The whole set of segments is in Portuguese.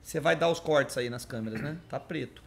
Você vai dar os cortes aí nas câmeras, né? Tá preto.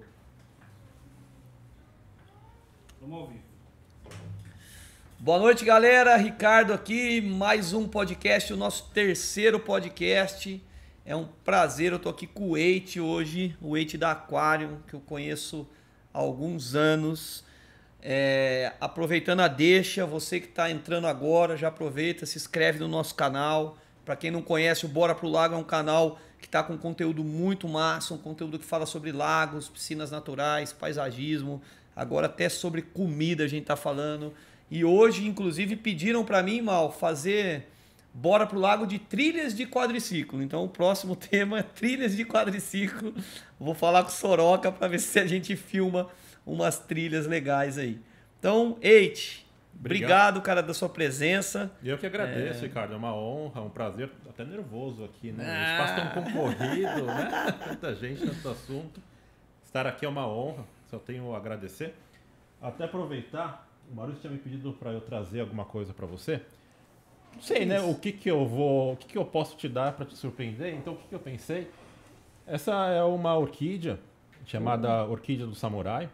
Vamos ao vivo. Boa noite, galera. Ricardo aqui, mais um podcast, o nosso terceiro podcast. É um prazer, eu tô aqui com o Eite hoje, o Eite da Aquarium, que eu conheço há alguns anos. Aproveitando a deixa, você que está entrando agora, já aproveita, se inscreve no nosso canal. Para quem não conhece, o Bora Pro Lago é um canal que está com conteúdo muito massa, um conteúdo que fala sobre lagos, piscinas naturais, paisagismo, agora até sobre comida a gente está falando. E hoje, inclusive, pediram para mim, Mal, fazer Bora Pro Lago de trilhas de quadriciclo. Então o próximo tema é trilhas de quadriciclo. Vou falar com o Soroca para ver se a gente filma umas trilhas legais aí. Então, Eite, obrigado, cara, da sua presença. Eu que agradeço, Ricardo. É uma honra, um prazer, até nervoso aqui, né? O espaço tão concorrido, né? Tanta gente, tanto assunto. Estar aqui é uma honra, só tenho a agradecer. Até aproveitar, o Maurício tinha me pedido para eu trazer alguma coisa para você. Não sei, né? O que eu posso te dar para te surpreender? Então, o que eu pensei? Essa é uma orquídea chamada Orquídea do Samurai.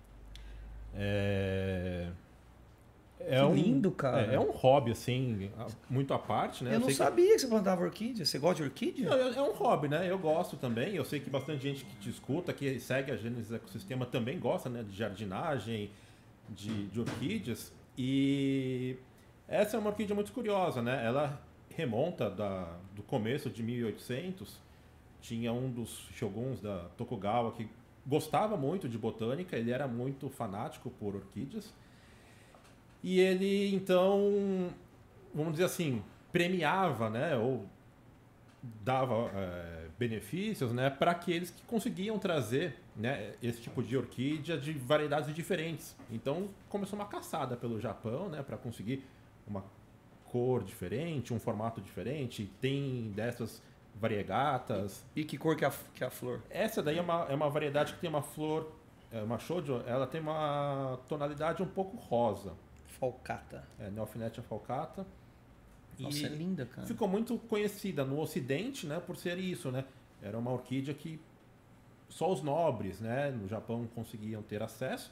Lindo, cara. É um hobby, assim, muito à parte, né? Eu não sabia que você plantava orquídea. Você gosta de orquídea? Não, é um hobby, né? Eu gosto também. Eu sei que bastante gente que te escuta, que segue a Gênesis Ecossistema, também gosta, né? De jardinagem, de orquídeas. E essa é uma orquídea muito curiosa, né? Ela remonta do começo de 1800. Tinha um dos shoguns da Tokugawa que gostava muito de botânica, ele era muito fanático por orquídeas. E ele, então, vamos dizer assim, premiava, né, ou dava benefícios, né, para aqueles que conseguiam trazer, né, esse tipo de orquídea de variedades diferentes. Então, começou uma caçada pelo Japão, né, para conseguir uma cor diferente, um formato diferente. Tem dessas variegatas. E que cor que é a flor? Essa daí é uma variedade que tem uma flor, uma shoujo, ela tem uma tonalidade um pouco rosa. Falcata. Neofinetia falcata. Nossa, é linda, cara. Ficou muito conhecida no Ocidente, né, por ser isso, né? Era uma orquídea que só os nobres, né, no Japão conseguiam ter acesso.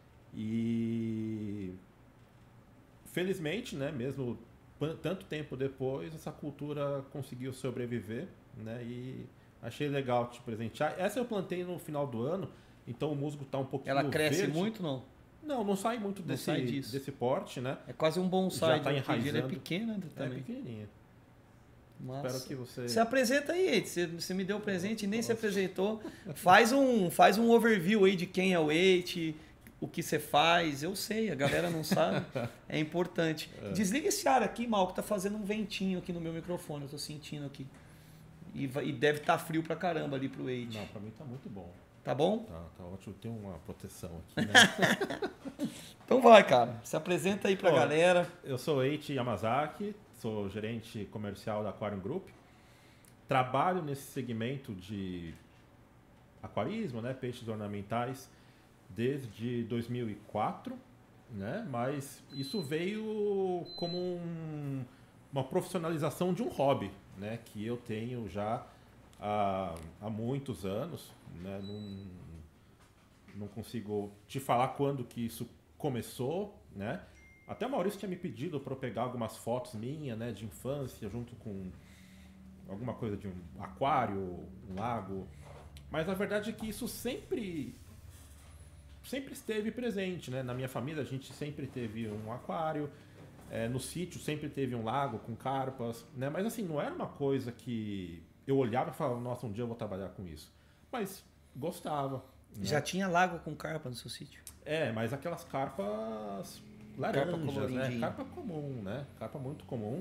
E felizmente, né, mesmo tanto tempo depois, essa cultura conseguiu sobreviver, né? E achei legal te presentear. Essa eu plantei no final do ano, então o musgo está um pouquinho Ela cresce verde. muito, não? Não sai muito desse porte, né? É quase um bonsai. Já tá enraizando. Ela é pequena também. É pequenininha. Massa. Espero que você... Se apresenta aí, Eite. Você me deu o presente e nem se apresentou. Faz um overview aí de quem é o Eite, o que você faz. Eu sei, a galera não sabe. É importante. Desliga esse ar aqui, Mal, que tá fazendo um ventinho aqui no meu microfone. Eu tô sentindo aqui. E deve estar frio pra caramba ali pro Eite. Não, pra mim tá muito bom. Tá bom? Tá ótimo. Tem uma proteção aqui, né? Então vai, cara. Se apresenta aí pra galera. Eu sou Eite Yamazaki, sou gerente comercial da Aquarium Group. Trabalho nesse segmento de aquarismo, né? Peixes ornamentais, desde 2004, né? Mas isso veio como uma profissionalização de um hobby, né? Que eu tenho já há muitos anos, né? Não consigo te falar quando que isso começou, né? Até o Maurício tinha me pedido para eu pegar algumas fotos minhas, né, de infância, junto com alguma coisa de um aquário, um lago. Mas a verdade é que isso sempre esteve presente, né? Na minha família a gente sempre teve um aquário, no sítio sempre teve um lago com carpas, né? Mas assim, não era uma coisa que eu olhava e falava, nossa, um dia eu vou trabalhar com isso. Mas gostava. Né? Já tinha lago com carpa no seu sítio? Mas aquelas carpas laranjas, né? Carpa comum, né? Carpa muito comum.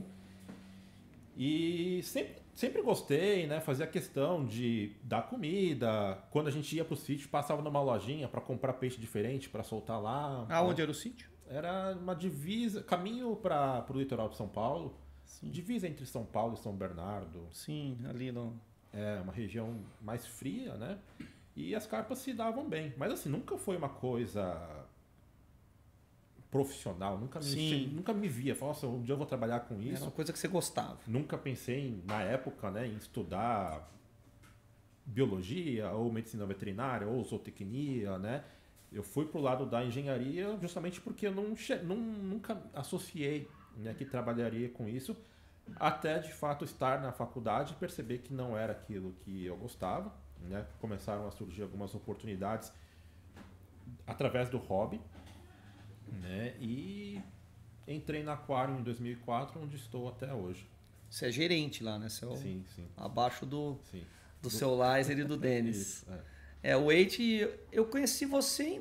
E sempre gostei, né? Fazia questão de dar comida. Quando a gente ia pro sítio, passava numa lojinha para comprar peixe diferente, para soltar lá. Onde era o sítio? Era uma divisa, caminho para o litoral de São Paulo. Sim. Divisa entre São Paulo e São Bernardo. Sim, ali no... É uma região mais fria, né? E as carpas se davam bem. Mas assim, nunca foi uma coisa profissional. Nunca me via. Falava, nossa, um dia eu vou trabalhar com isso. Era uma coisa que você gostava. Nunca pensei, na época, né, em estudar biologia, ou medicina veterinária, ou zootecnia, né? Eu fui para o lado da engenharia justamente porque eu nunca associei, né, que trabalharia com isso, até de fato estar na faculdade e perceber que não era aquilo que eu gostava, né? Começaram a surgir algumas oportunidades através do hobby, né? E entrei na Aquarium em 2004, onde estou até hoje. Você é gerente lá, né? Sim. Abaixo do Sim. seu Lizer e do Denis. Isso, O Wade, eu conheci você em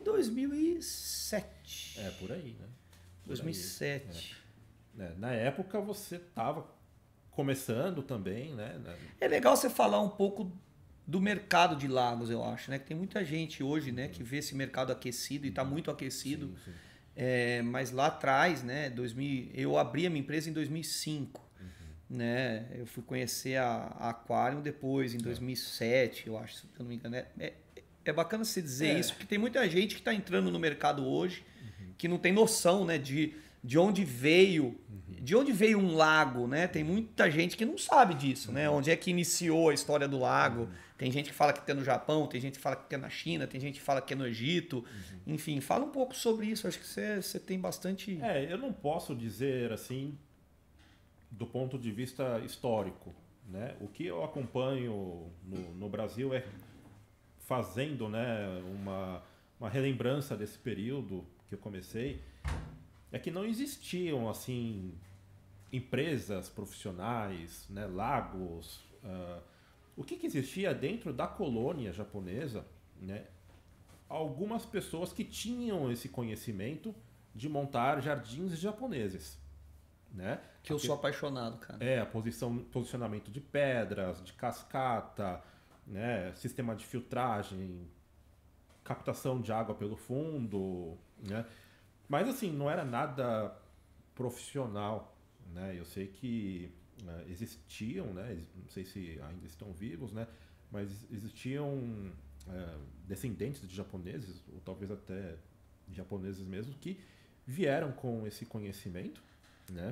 2007. por aí, né? 2007. Na época você estava começando também, né? É legal você falar um pouco do mercado de lagos, eu acho, né? Que tem muita gente hoje, né, que vê esse mercado aquecido e está muito aquecido. Sim. Mas lá atrás, né, eu abri a minha empresa em 2005. Né? Eu fui conhecer a Aquarium depois, em 2007, eu acho, se eu não me engano. É bacana você dizer isso, porque tem muita gente que está entrando no mercado hoje que não tem noção, né, de onde veio, de onde veio um lago, né? Tem muita gente que não sabe disso, né? Onde é que iniciou a história do lago. Tem gente que fala que é no Japão, tem gente que fala que é na China, tem gente que fala que é no Egito. Enfim, fala um pouco sobre isso. Acho que você tem bastante... Eu não posso dizer assim do ponto de vista histórico, né? O que eu acompanho no Brasil é fazendo, né, uma relembrança desse período que eu comecei, é que não existiam assim empresas profissionais, né, lagos. O que existia dentro da colônia japonesa, né? Algumas pessoas que tinham esse conhecimento de montar jardins japoneses, né? Que eu sou apaixonado, cara. Posicionamento de pedras, de cascata, né? Sistema de filtragem, captação de água pelo fundo, né? Mas assim, não era nada profissional, né? Eu sei que existiam, né? Não sei se ainda estão vivos, né? Mas existiam descendentes de japoneses, ou talvez até japoneses mesmo, que vieram com esse conhecimento, né?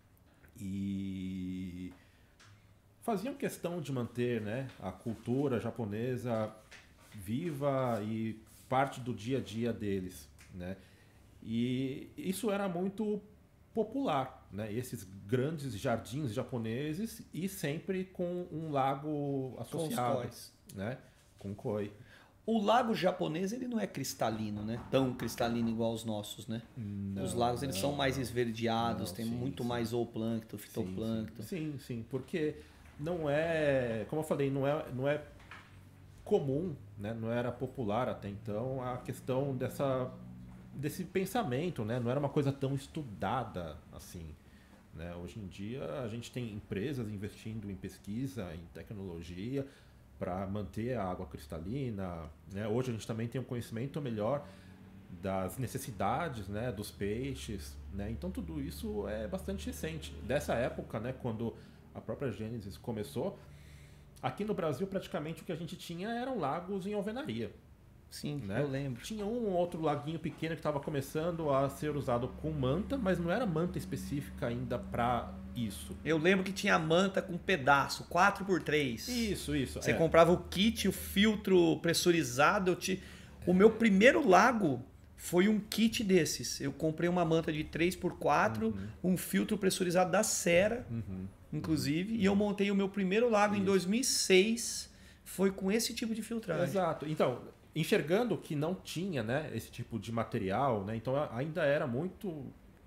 E faziam questão de manter, né, a cultura japonesa viva e parte do dia a dia deles, né? E isso era muito popular, né? Esses grandes jardins japoneses e sempre com um lago associado, né? Com koi. O lago japonês, ele não é cristalino, né? Tão cristalino igual os nossos, né? Não, os lagos, eles são mais esverdeados, tem muito mais zooplâncton, fitoplâncton. Sim, porque não é, como eu falei, não é comum, né? Não era popular até então a questão desse pensamento, né? Não era uma coisa tão estudada assim, né? Hoje em dia a gente tem empresas investindo em pesquisa, em tecnologia para manter a água cristalina, né? Hoje a gente também tem um conhecimento melhor das necessidades, né, dos peixes, né? Então tudo isso é bastante recente. Dessa época, né, quando a própria Gênesis começou, aqui no Brasil praticamente o que a gente tinha eram lagos em alvenaria. Sim, né? eu lembro. Tinha um ou outro laguinho pequeno que estava começando a ser usado com manta, mas não era manta específica ainda para isso. Eu lembro que tinha manta com pedaço, 4x3. Isso. Você comprava o kit, o filtro pressurizado. O meu primeiro lago foi um kit desses. Eu comprei uma manta de 3x4, um filtro pressurizado da Sera, inclusive, e eu montei o meu primeiro lago em 2006. Foi com esse tipo de filtragem. Exato. Então, enxergando que não tinha, né, esse tipo de material, né, então ainda era muito,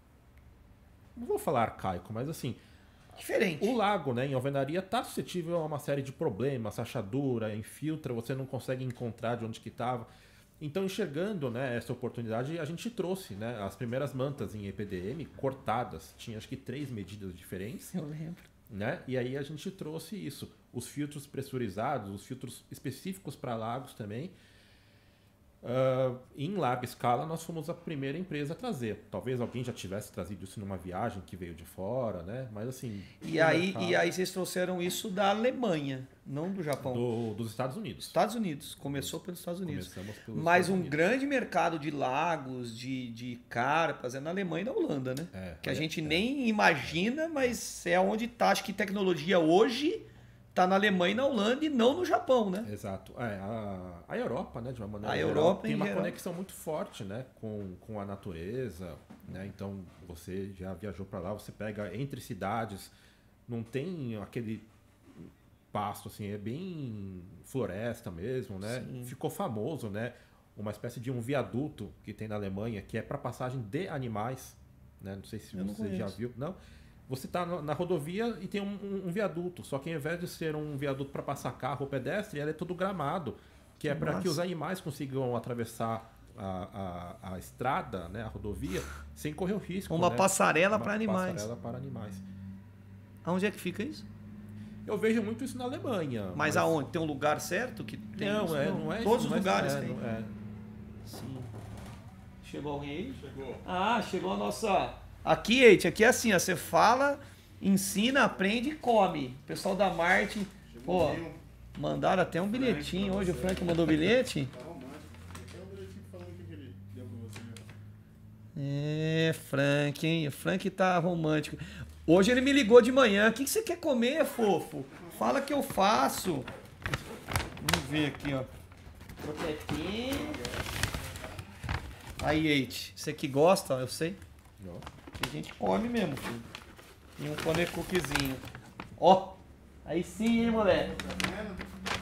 não vou falar arcaico, mas assim, diferente. O lago, né, em alvenaria está suscetível a uma série de problemas, rachadura, infiltra, você não consegue encontrar de onde que estava. Então, enxergando, né, essa oportunidade, a gente trouxe, né, as primeiras mantas em EPDM cortadas. Tinha acho que 3 medidas diferentes. Eu lembro. Né? E aí a gente trouxe isso. Os filtros pressurizados, os filtros específicos para lagos também. Em larga escala, nós fomos a primeira empresa a trazer. Talvez alguém já tivesse trazido isso numa viagem que veio de fora, né? Mas assim... E aí vocês trouxeram isso da Alemanha, não do Japão. Dos Estados Unidos. Estados Unidos. Começou pelos Estados Unidos. Começamos pelos Mas Estados Unidos. grande mercado de lagos, de carpas, é na Alemanha e na Holanda, né? Que a gente nem imagina, mas é onde está. Acho que tecnologia hoje tá na Alemanha e na Holanda e não no Japão, né? Exato. A Europa, né, de uma maneira A geral, Europa tem em uma geral. conexão muito forte, né, com a natureza, né? Então você já viajou para lá, você pega entre cidades, não tem aquele pasto assim, é bem floresta mesmo, né? Sim. Ficou famoso, né? Uma espécie de um viaduto que tem na Alemanha que é para passagem de animais, né? Não sei se Eu não você já conheço. viu, não? Você está na rodovia e tem um viaduto, só que ao invés de ser um viaduto para passar carro ou pedestre, ele é todo gramado, que é para que Massa. os animais consigam atravessar a estrada, né, a rodovia, sem correr o risco. Uma né? passarela Uma para animais. passarela para animais. Aonde é que fica isso? Eu vejo muito isso na Alemanha. Mas aonde? Tem um lugar certo que tem Não, isso? não é Todos isso, os mas lugares tem. não é. Sim. Chegou alguém aí? Chegou. Ah, chegou a nossa... Aqui, Eite, aqui é assim, ó, você fala, ensina, aprende e come. O pessoal da Marte, pô, mandaram até um bilhetinho hoje, o Frank mandou bilhete. Tá romântico. Tem um bilhetinho falando o que ele deu pra você. É, Frank, hein? O Frank tá romântico. Hoje ele me ligou de manhã. O que você quer comer, fofo? Fala que eu faço. Vamos ver aqui, ó. Croquetinha. Aí, Eite, você que gosta, eu sei. Não. Que a gente come mesmo, filho. E um cookiezinho. Ó, aí sim, hein, moleque. Tá vendo?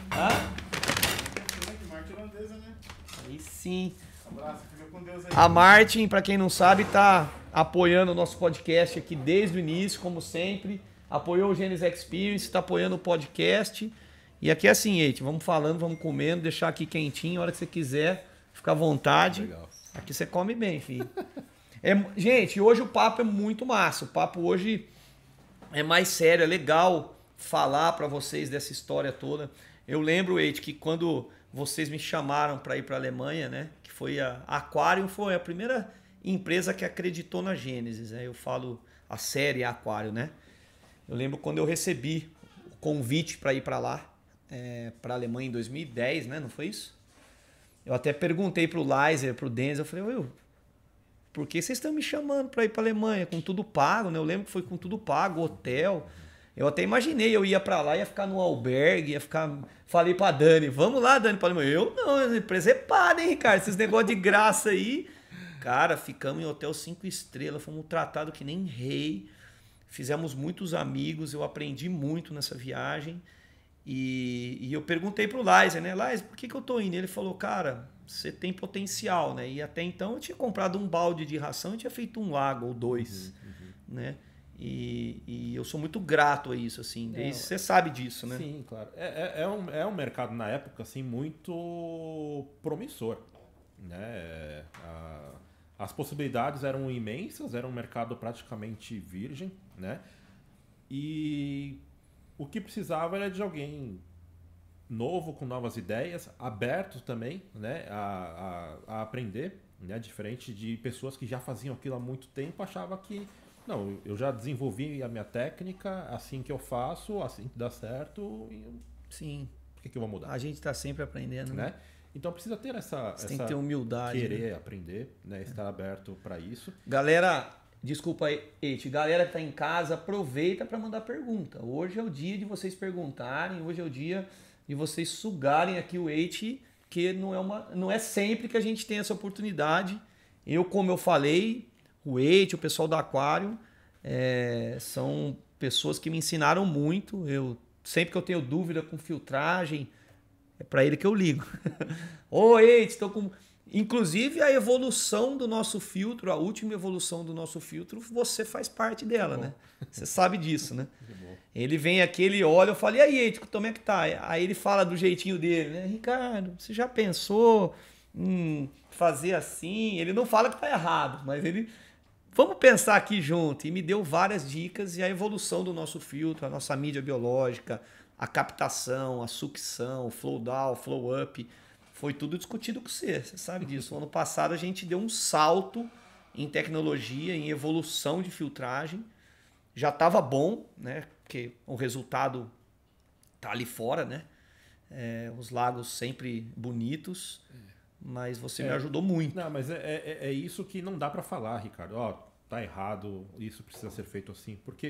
Hã? Marte holandesa, né? Aí sim. Abraço, fica com Deus aí. A Martin, pra quem não sabe, tá apoiando o nosso podcast aqui desde o início, como sempre. Apoiou o Genesis Experience, tá apoiando o podcast. E aqui é assim, Eite, vamos falando, vamos comendo, deixar aqui quentinho, a hora que você quiser, fica à vontade. Legal. Aqui você come bem, filho. Gente, hoje o papo é muito massa. O papo hoje é mais sério, é legal falar pra vocês dessa história toda. Eu lembro, Eite, que quando vocês me chamaram para ir para a Alemanha, né? Que foi a Aquarium, foi a primeira empresa que acreditou na Gênesis, né? Eu falo a série Aquarium, né? Eu lembro quando eu recebi o convite para ir para lá, para a Alemanha em 2010, né? Não foi isso? Eu até perguntei pro Leiser, pro Denzel, eu falei, por que vocês estão me chamando para ir para a Alemanha com tudo pago, né? Eu lembro que foi com tudo pago, hotel. Eu até imaginei, eu ia para lá, ia ficar num albergue, ia ficar... Falei pra Dani, vamos lá, Dani, para a Alemanha. Eu não, a empresa é paga, hein, Ricardo? Esses negócios de graça aí. Cara, ficamos em hotel 5 estrelas, fomos tratados que nem rei. Fizemos muitos amigos, eu aprendi muito nessa viagem. E eu perguntei pro Leiser, né? Leiser, por que eu tô indo? Ele falou, cara, você tem potencial, né? E até então eu tinha comprado um balde de ração e tinha feito um lago ou dois, né? E eu sou muito grato a isso, assim. Desde, você sabe disso, né? Sim, claro. É um mercado na época assim muito promissor, né? As possibilidades eram imensas, era um mercado praticamente virgem, né? E o que precisava era de alguém novo, com novas ideias, aberto também, né? A aprender, né? Diferente de pessoas que já faziam aquilo há muito tempo, achava que não, eu já desenvolvi a minha técnica, assim que eu faço, assim que dá certo, Sim. Por que eu vou mudar? A gente tá sempre aprendendo, né? Então precisa ter Você tem que ter humildade. querer né? aprender, né? Estar aberto para isso. Galera, desculpa aí, Eite, galera que tá em casa, aproveita para mandar pergunta. Hoje é o dia de vocês perguntarem, hoje é o dia de vocês sugarem aqui o Eite, que não é sempre que a gente tem essa oportunidade. Eu, como eu falei, o Eite, o pessoal da Aquarium, são pessoas que me ensinaram muito. Sempre que eu tenho dúvida com filtragem, é para ele que eu ligo. Ô, Eite, estou com... Inclusive a evolução do nosso filtro, a última evolução do nosso filtro, você faz parte dela, né? Você sabe disso, né? Ele vem aqui, ele olha, eu falo, e aí, Eite, como é que tá? Aí ele fala do jeitinho dele, né? Ricardo, você já pensou em fazer assim? Ele não fala que tá errado, mas ele... Vamos pensar aqui junto. E me deu várias dicas e a evolução do nosso filtro, a nossa mídia biológica, a captação, a sucção, o flow down, flow up, foi tudo discutido com você. Você sabe disso. Ano passado a gente deu um salto em tecnologia, em evolução de filtragem. Já estava bom, né? Porque o resultado tá ali fora, né? Os lagos sempre bonitos. Mas você me ajudou muito. Não, mas é isso que não dá para falar, Ricardo. Ó, tá errado, isso precisa ser feito assim. Porque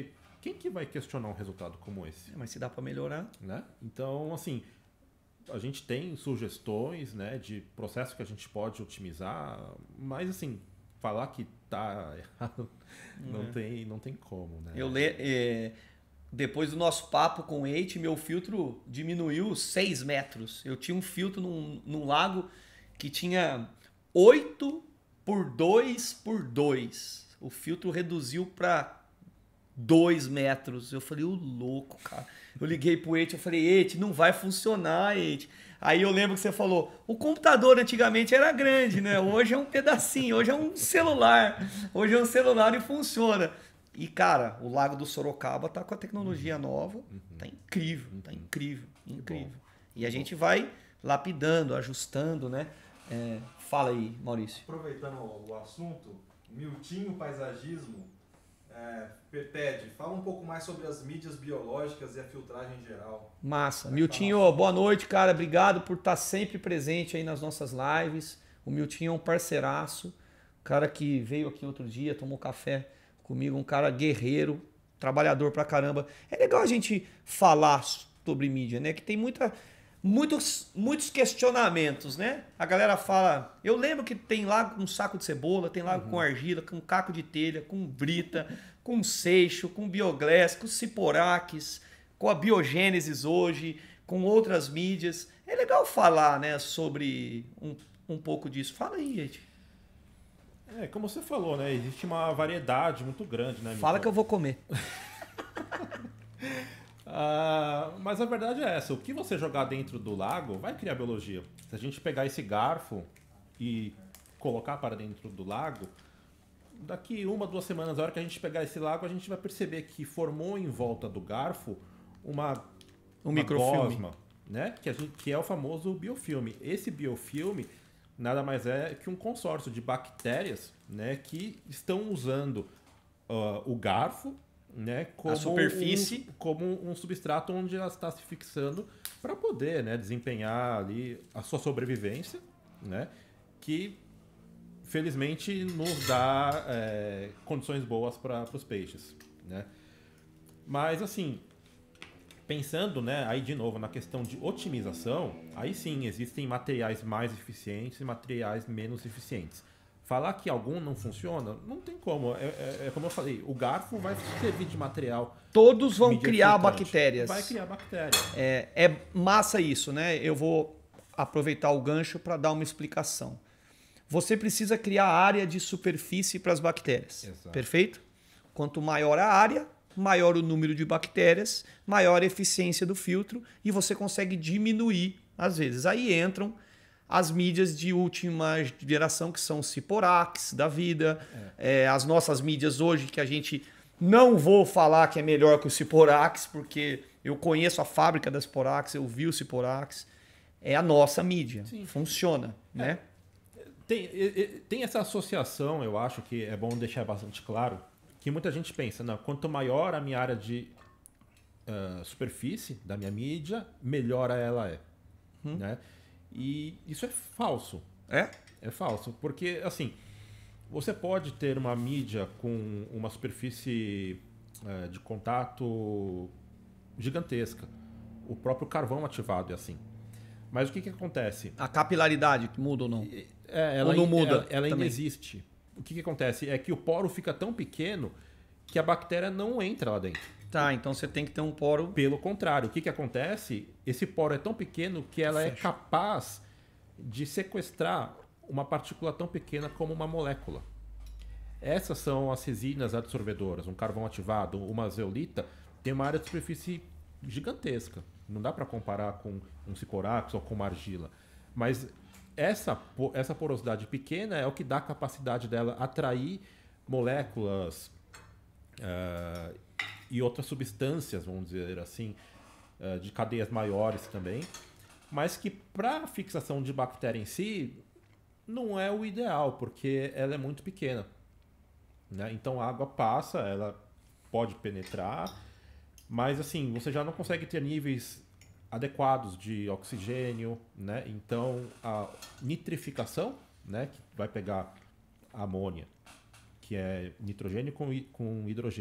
quem que vai questionar um resultado como esse? Mas se dá para melhorar. Né? Então, assim, a gente tem sugestões, né, de processos que a gente pode otimizar, mas, assim, falar que tá errado não tem como, né? Depois do nosso papo com o Eite, meu filtro diminuiu 6 metros. Eu tinha um filtro num lago que tinha 8 por 2 por 2. O filtro reduziu para 2 metros. Eu falei, o louco, cara. Eu liguei pro Eite, eu falei, Eite, não vai funcionar, Eite. Aí eu lembro que você falou, o computador antigamente era grande, né? Hoje é um pedacinho, hoje é um celular. Hoje é um celular e funciona. E, cara, o Lago do Sorocaba tá com a tecnologia nova. Tá incrível, tá incrível, incrível. E a gente vai lapidando, ajustando, né? Fala aí, Maurício. Aproveitando o assunto, Miltinho Paisagismo pede, fala um pouco mais sobre as mídias biológicas e a filtragem em geral. Massa. Miltinho, boa noite, cara. Obrigado por estar sempre presente aí nas nossas lives. O Miltinho é um parceiraço, cara que veio aqui outro dia, tomou café comigo, um cara guerreiro, trabalhador pra caramba. É legal a gente falar sobre mídia, né? Que tem muitos questionamentos, né? A galera fala... Eu lembro que tem lago com saco de cebola, tem lago com argila, com caco de telha, com brita, com seixo, com bioglass, com ciporax, com a biogênesis hoje, com outras mídias. É legal falar, né, sobre um pouco disso. Fala aí, gente. Como você falou, né? Existe uma variedade muito grande, né? Fala que eu vou comer. Mas a verdade é essa. O que você jogar dentro do lago vai criar biologia. Se a gente pegar esse garfo e colocar para dentro do lago, daqui 1, 2 semanas, na hora que a gente pegar esse lago, a gente vai perceber que formou em volta do garfo uma microfilme, gosma, né? Que é o famoso biofilme. Esse biofilme nada mais é que um consórcio de bactérias, né, que estão usando o garfo, né, como a superfície, como um substrato onde ela está se fixando para poder, né, desempenhar ali a sua sobrevivência, né, que felizmente nos dá condições boas para os peixes, né. Mas assim, pensando, né, aí de novo na questão de otimização, aí sim existem materiais mais eficientes e materiais menos eficientes. Falar que algum não funciona, não tem como. Como eu falei, o garfo vai servir de material. Todos vão criar bactérias. Vai criar bactérias. É massa isso, né? Eu vou aproveitar o gancho para dar uma explicação. Você precisa criar área de superfície para as bactérias. Exato. Perfeito? Quanto maior a área, maior o número de bactérias, maior a eficiência do filtro e você consegue diminuir às vezes. Aí entram as mídias de última geração, que são o Ciporax da vida, as nossas mídias hoje, que a gente não vou falar que é melhor que o Ciporax, porque eu conheço a fábrica da Ciporax, eu vi o Ciporax, é a nossa mídia, Sim. Funciona, né? Tem essa associação, eu acho que é bom deixar bastante claro, que muita gente pensa, não, quanto maior a minha área de superfície da minha mídia, melhor ela é. Né? E isso é falso. É falso, porque assim, você pode ter uma mídia com uma superfície de contato gigantesca. O próprio carvão ativado é assim. Mas o que acontece? A capilaridade muda ou não? Ela não muda? Ela ainda existe. O que acontece? É que o poro fica tão pequeno que a bactéria não entra lá dentro. Tá, então você tem que ter um poro... Pelo contrário, o que acontece? Esse poro é tão pequeno que ela é capaz de sequestrar uma partícula tão pequena como uma molécula. Essas são as resinas absorvedoras. Um carvão ativado, uma zeolita, tem uma área de superfície gigantesca. Não dá para comparar com um ciporax ou com uma argila. Mas essa porosidade pequena é o que dá a capacidade dela atrair moléculas e outras substâncias, vamos dizer assim, de cadeias maiores também, mas que para a fixação de bactéria em si não é o ideal, porque ela é muito pequena. Né? Então a água passa, ela pode penetrar, mas assim, você já não consegue ter níveis adequados de oxigênio, né? Então a nitrificação, né, que vai pegar a amônia, que é nitrogênio com hidrogênio,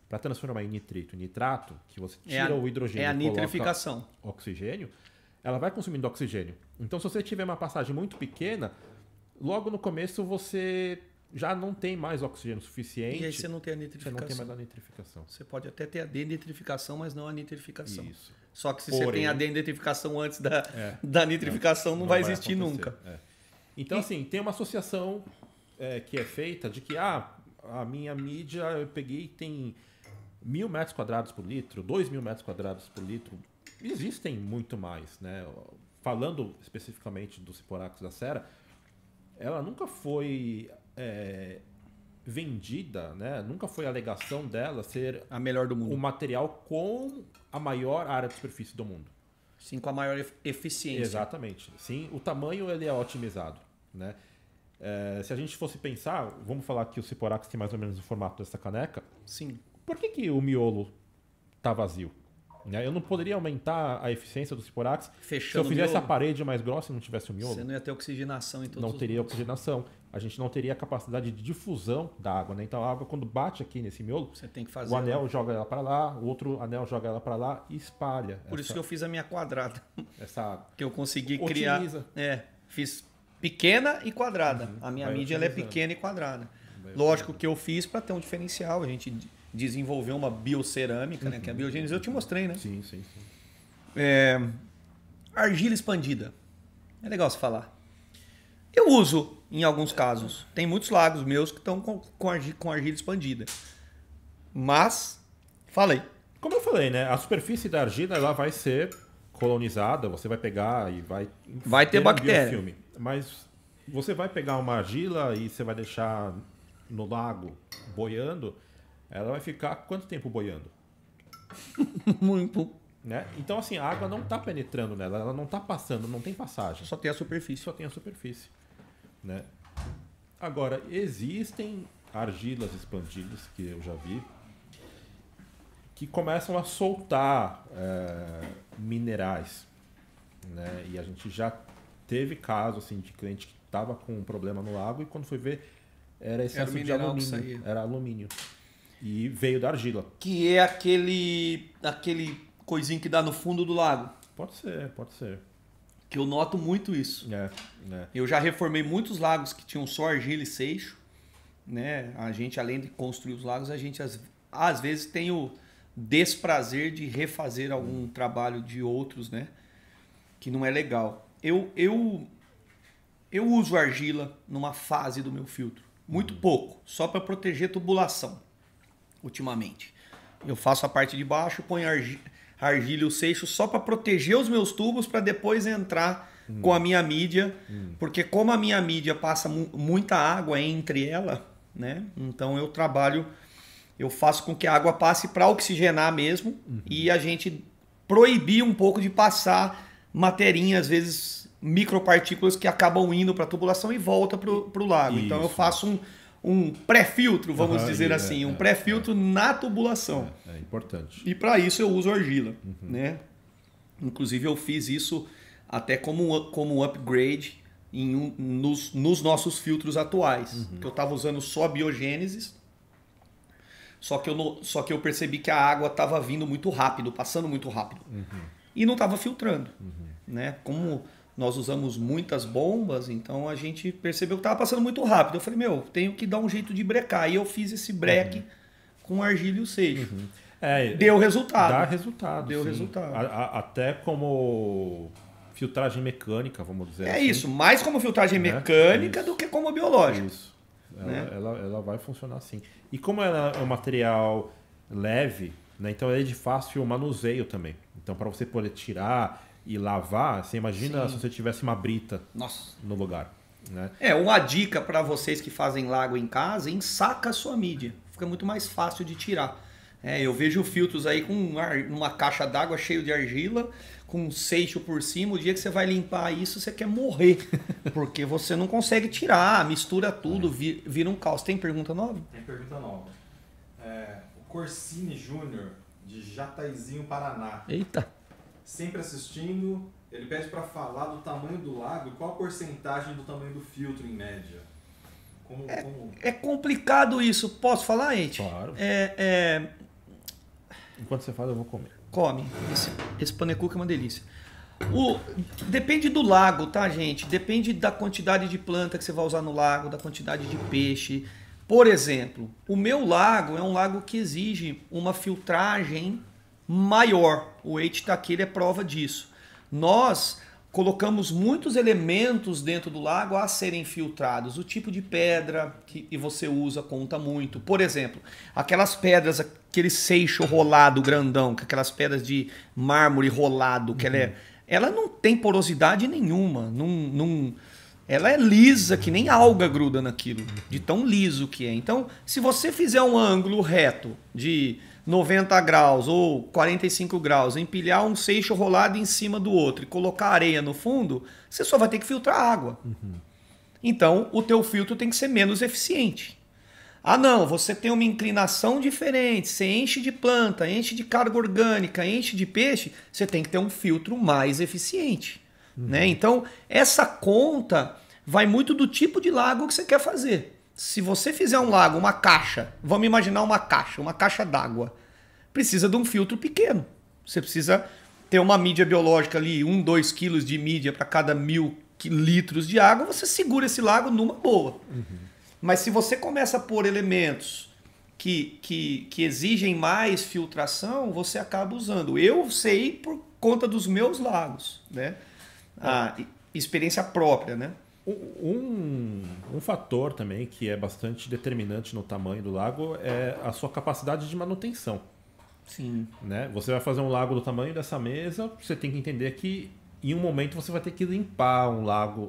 para transformar em nitrito e nitrato, que você tira o hidrogênio É a e coloca nitrificação. oxigênio, ela vai consumindo oxigênio. Então, se você tiver uma passagem muito pequena, logo no começo você já não tem mais oxigênio suficiente. E aí você não tem a Você nitrificação. não tem mais a nitrificação. Você pode até ter a denitrificação, mas não a nitrificação. Isso. Só que se você Porém, tem a denitrificação antes da nitrificação, não vai existir acontecer. nunca. Então, assim, tem uma associação que é feita de que a minha mídia, eu peguei, tem 1.000 metros quadrados por litro, 2.000 metros quadrados por litro. Existem muito mais, né? Falando especificamente do Siporax da Sera, ela nunca foi vendida, né? Nunca foi a alegação dela ser A melhor do mundo. o material com a maior área de superfície do mundo. Sim, com a maior eficiência. Exatamente. Sim, o tamanho ele é otimizado, né? Se a gente fosse pensar, vamos falar que o Siporax tem mais ou menos o formato dessa caneca. Sim. Por que o miolo está vazio? Né? Eu não poderia aumentar a eficiência do Siporax Fechando se eu fizesse o miolo, a parede mais grossa e não tivesse o miolo. você não ia ter oxigenação em todos Não os teria pontos. oxigenação. A gente não teria a capacidade de difusão da água, né? Então a água, quando bate aqui nesse miolo, Você tem que fazer. o anel joga ela para lá, o outro anel joga ela para lá e espalha. Por isso que eu fiz a minha quadrada. essa Que eu consegui Otimiza. criar. Fiz pequena e quadrada. A minha Vai mídia ela é otimizando. pequena e quadrada. Vai Lógico que eu fiz para ter um diferencial. A gente desenvolveu uma biocerâmica, né? Que é a biogênese. Eu te mostrei, né? Sim. Argila expandida. É legal você falar. Eu uso em alguns casos. Tem muitos lagos meus que estão com argila expandida. Mas, falei. Como eu falei, né? A superfície da argila ela vai ser colonizada, você vai pegar e vai Vai ter um bactéria. biofilme. Mas você vai pegar uma argila e você vai deixar no lago boiando, ela vai ficar quanto tempo boiando? Muito. Né? Então, assim, a água não está penetrando nela, ela não está passando, não tem passagem. Só tem a superfície. Só tem a superfície. Né? Agora, existem argilas expandidas, que eu já vi, que começam a soltar minerais. Né? E a gente já teve caso assim, de cliente que estava com um problema no lago e quando foi ver, era excesso de mineral que alumínio. saía. Era alumínio. E veio da argila. Que é aquele coisinho que dá no fundo do lago. Pode ser. Que eu noto muito isso. Né? Eu já reformei muitos lagos que tinham só argila e seixo. Né? A gente, além de construir os lagos, a gente às vezes tem o desprazer de refazer algum trabalho de outros, né? Que não é legal. Eu uso argila numa fase do meu filtro. Muito pouco. Só para proteger tubulação. Ultimamente. Eu faço a parte de baixo, ponho argila e o seixo só para proteger os meus tubos para depois entrar com a minha mídia, porque como a minha mídia passa muita água entre ela, né? Então eu faço com que a água passe para oxigenar mesmo e a gente proibir um pouco de passar materinha, às vezes micropartículas que acabam indo para a tubulação e volta para o lago. Então eu Isso. faço um pré-filtro, vamos dizer assim, um pré-filtro na tubulação. É importante. E para isso eu uso argila, né? Inclusive eu fiz isso até como um upgrade nos nossos filtros atuais. Que eu estava usando só a biogênesis, só que eu percebi que a água estava vindo muito rápido, passando muito rápido. E não estava filtrando. Né? Como nós usamos muitas bombas, então a gente percebeu que estava passando muito rápido. Eu falei, tenho que dar um jeito de brecar. E eu fiz esse breque com argila e o seixo. Deu resultado. Dá resultado. Deu sim. resultado. Até como filtragem mecânica, vamos dizer assim. É isso, mais como filtragem mecânica do que como biológico. Isso. Né? Ela vai funcionar assim. E como ela é um material leve, né, então é de fácil manuseio também. Então, para você poder tirar e lavar, você imagina se você tivesse uma brita no lugar. Né? Uma dica para vocês que fazem lago em casa, ensaca a sua mídia. Fica muito mais fácil de tirar. Eu vejo filtros aí com uma caixa d'água cheio de argila, com um seixo por cima. O dia que você vai limpar isso, você quer morrer. Porque você não consegue tirar, mistura tudo, vira um caos. Tem pergunta nova? Tem pergunta nova. O Corsini Júnior, de Jataizinho, Paraná. Eita. Sempre assistindo, ele pede para falar do tamanho do lago e qual a porcentagem do tamanho do filtro, em média. Como... É complicado isso. Posso falar, Ente? Claro. Enquanto você fala, eu vou comer. Come. Esse panekuca é uma delícia. Depende do lago, tá, gente? Depende da quantidade de planta que você vai usar no lago, da quantidade de peixe. Por exemplo, o meu lago é um lago que exige uma filtragem maior. O Eite Taqueira é prova disso. Nós colocamos muitos elementos dentro do lago a serem filtrados. O tipo de pedra que você usa conta muito. Por exemplo, aquelas pedras, aquele seixo rolado grandão, aquelas pedras de mármore rolado, que ela não tem porosidade nenhuma. Ela é lisa, que nem alga gruda naquilo, de tão liso que é. Então, se você fizer um ângulo reto de 90 graus ou 45 graus, empilhar um seixo rolado em cima do outro e colocar areia no fundo, você só vai ter que filtrar água. Então, o teu filtro tem que ser menos eficiente. Ah, não, você tem uma inclinação diferente, você enche de planta, enche de carga orgânica, enche de peixe, você tem que ter um filtro mais eficiente. Né? Então, essa conta vai muito do tipo de lago que você quer fazer. Se você fizer um lago, uma caixa, vamos imaginar uma caixa d'água, precisa de um filtro pequeno. Você precisa ter uma mídia biológica ali, 2 quilos de mídia para cada 1000 litros de água, você segura esse lago numa boa. Mas se você começa a pôr elementos que exigem mais filtração, você acaba usando. Eu sei por conta dos meus lagos, né? A experiência própria, né? Um fator também que é bastante determinante no tamanho do lago é a sua capacidade de manutenção. Sim. Né? Você vai fazer um lago do tamanho dessa mesa, você tem que entender que em um momento você vai ter que limpar um lago,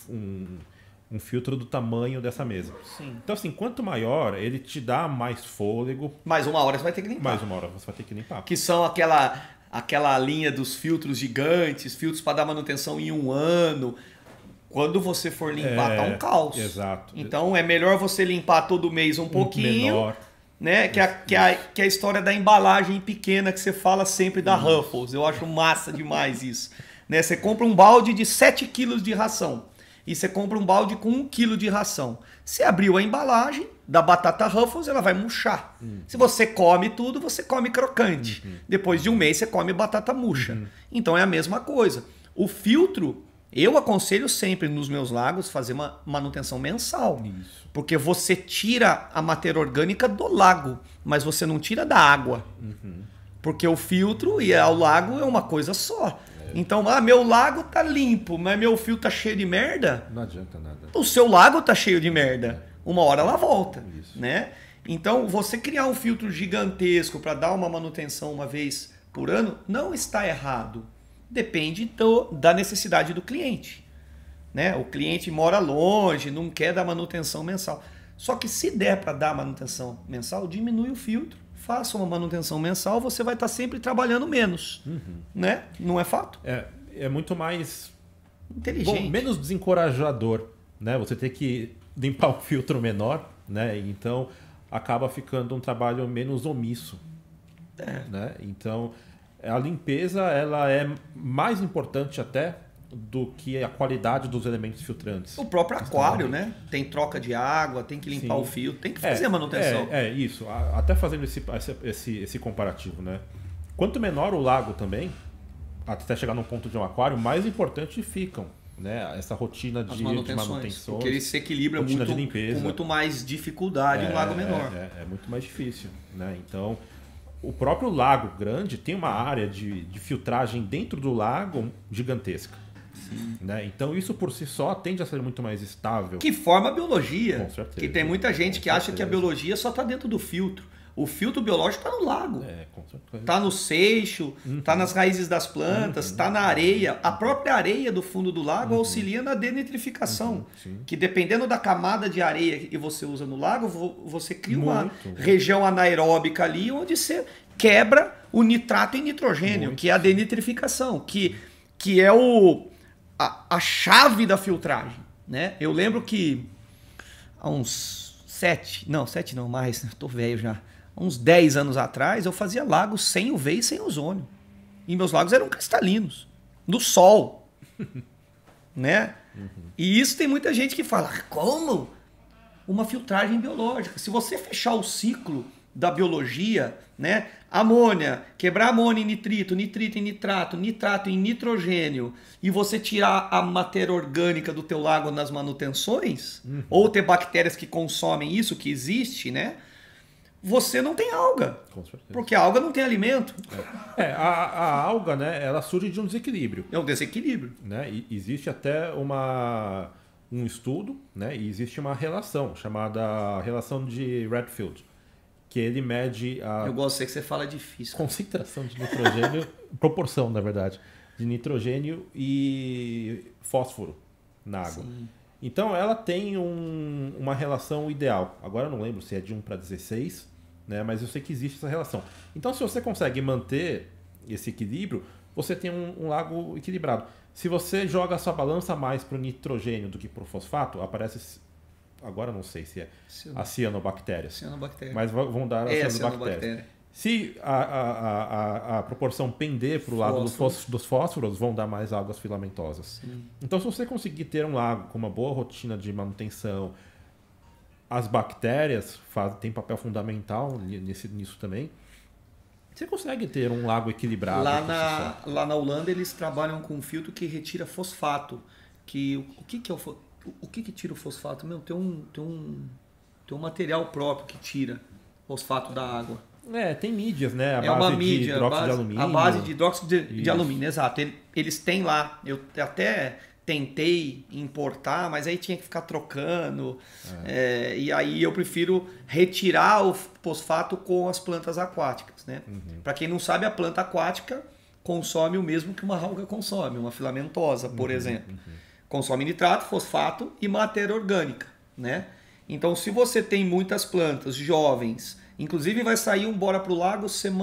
um filtro do tamanho dessa mesa. Sim. Então, assim, quanto maior, ele te dá mais fôlego. Mais uma hora você vai ter que limpar. Mais uma hora você vai ter que limpar. Que são aquela linha dos filtros gigantes, filtros para dar manutenção em 1 ano. Quando você for limpar, tá um caos. Exato. Então é melhor você limpar todo mês um pouquinho. Menor. Né? Que é a história da embalagem pequena que você fala sempre da Ruffles. Eu acho massa demais isso. Né? Você compra um balde de 7 quilos de ração. E você compra um balde com 1 quilo de ração. Você abriu a embalagem da batata Ruffles, ela vai murchar. Se você come tudo, você come crocante. Depois de um mês, você come batata murcha. Então é a mesma coisa. O filtro, eu aconselho sempre nos meus lagos fazer uma manutenção mensal. Isso. Porque você tira a matéria orgânica do lago, mas você não tira da água. Porque o filtro e o lago é uma coisa só. Então, meu lago tá limpo, mas meu filtro tá cheio de merda. Não adianta nada. O seu lago tá cheio de merda. Uma hora ela volta. Isso. Né? Então, você criar um filtro gigantesco para dar uma manutenção uma vez por ano não está errado. Depende da necessidade do cliente. Né? O cliente mora longe, não quer dar manutenção mensal. Só que se der para dar manutenção mensal, diminui o filtro, faça uma manutenção mensal, você vai estar sempre trabalhando menos. Né? Não é fato? É muito mais... Inteligente. Bom, menos desencorajador. Né? Você ter que limpar um filtro menor, né? Então acaba ficando um trabalho menos omisso. Né? Então... a limpeza ela é mais importante até do que a qualidade dos elementos filtrantes. O próprio aquário, né? Tem troca de água, tem que limpar o filtro, tem que fazer a manutenção. Isso. Até fazendo esse comparativo, né? Quanto menor o lago também, até chegar num ponto de um aquário, mais importante ficam, né? Essa rotina de manutenções. Porque ele se equilibra muito, de limpeza. com muito mais dificuldade em um lago menor. É muito mais difícil, né? Então... o próprio lago grande tem uma área de filtragem dentro do lago gigantesca. Né? Então isso por si só tende a ser muito mais estável. Que forma a biologia. Com certeza. Que tem muita gente que acha que a biologia só está dentro do filtro. O filtro biológico está no lago. Com certeza. Está no seixo, está nas raízes das plantas, está na areia. A própria areia do fundo do lago auxilia na denitrificação. Que dependendo da camada de areia que você usa no lago, você cria uma região anaeróbica ali onde você quebra o nitrato em nitrogênio, que é a denitrificação, que é a chave da filtragem. Né? Eu lembro que há uns 7 não mais, estou velho já. Uns 10 anos atrás, eu fazia lagos sem UV e sem ozônio. E meus lagos eram cristalinos, no sol. Né? E isso tem muita gente que fala, como? Uma filtragem biológica. Se você fechar o ciclo da biologia né? Amônia, quebrar amônia em nitrito, nitrito em nitrato, nitrato em nitrogênio, e você tirar a matéria orgânica do teu lago nas manutenções, ou ter bactérias que consomem isso, que existe, né? Você não tem alga. Com certeza. Porque a alga não tem alimento. A alga, né, ela surge de um desequilíbrio. É um desequilíbrio. Né? E existe até um estudo, né? E existe uma relação chamada relação de Redfield, que ele mede a Eu gosto que você fala difícil. concentração de nitrogênio, proporção, na verdade, de nitrogênio e fósforo na água. Sim. Então ela tem uma relação ideal. Agora eu não lembro se é de 1 para 16, né? Mas eu sei que existe essa relação. Então se você consegue manter esse equilíbrio, você tem um lago equilibrado. Se você joga a sua balança mais para o nitrogênio do que para o fosfato, aparece, agora não sei se é a cianobactérias, Cianobactéria. mas vão dar as cianobactérias. cianobactéria. Se a proporção pender para o lado dos fósforos, vão dar mais algas filamentosas. Sim. Então, se você conseguir ter um lago com uma boa rotina de manutenção, as bactérias têm papel fundamental nisso também, você consegue ter um lago equilibrado. Lá na Holanda eles trabalham com um filtro que retira fosfato. O que tira o fosfato? Meu, tem um material próprio que tira fosfato da água. Tem mídias, né? É uma mídia, de hidróxido de alumínio. a base de hidróxido de Isso. alumínio, exato. Eles têm lá. Eu até tentei importar, mas aí tinha que ficar trocando. E aí eu prefiro retirar o fosfato com as plantas aquáticas, né? Para quem não sabe, a planta aquática consome o mesmo que uma alga consome, uma filamentosa, por exemplo. Consome nitrato, fosfato e matéria orgânica, né? Então, se você tem muitas plantas jovens, inclusive vai sair um Bora pro Lago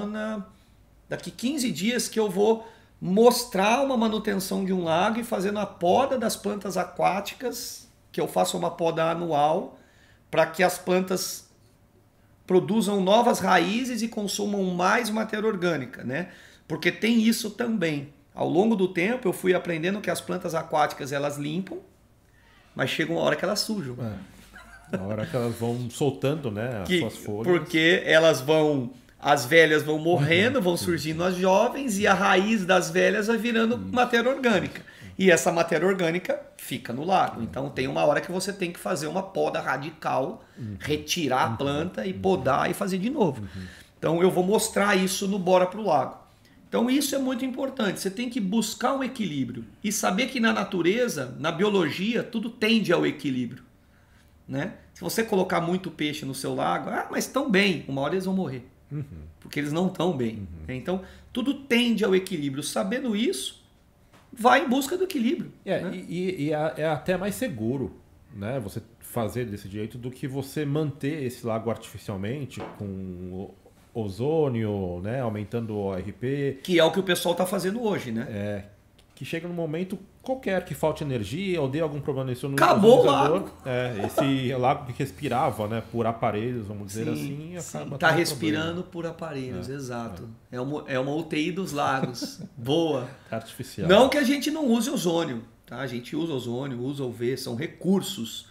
daqui 15 dias que eu vou mostrar uma manutenção de um lago e fazendo a poda das plantas aquáticas, que eu faço uma poda anual, para que as plantas produzam novas raízes e consumam mais matéria orgânica, né? Porque tem isso também. Ao longo do tempo eu fui aprendendo que as plantas aquáticas elas limpam, mas chega uma hora que elas sujam. Na hora que elas vão soltando, né, as suas folhas. Porque as velhas vão morrendo, vão surgindo as jovens e a raiz das velhas vai virando matéria orgânica. E essa matéria orgânica fica no lago. Então tem uma hora que você tem que fazer uma poda radical, retirar a planta e podar e fazer de novo. Então eu vou mostrar isso no Bora pro Lago. Então isso é muito importante. Você tem que buscar um equilíbrio e saber que na natureza, na biologia, tudo tende ao equilíbrio, né? Se você colocar muito peixe no seu lago, mas estão bem, uma hora eles vão morrer. Porque eles não estão bem. Então, tudo tende ao equilíbrio. Sabendo isso, vai em busca do equilíbrio. Né? E é até mais seguro, né, você fazer desse jeito do que você manter esse lago artificialmente com ozônio, né, aumentando o ORP. Que é o que o pessoal está fazendo hoje, né? Que chega num momento qualquer que falte energia ou dê algum problema nesse acabou o lago. Esse lago que respirava, né, por aparelhos, vamos dizer assim, acaba está respirando por aparelhos, exato. É uma UTI dos lagos. Boa. Artificial. Não que a gente não use ozônio, tá? A gente usa ozônio, usa UV, são recursos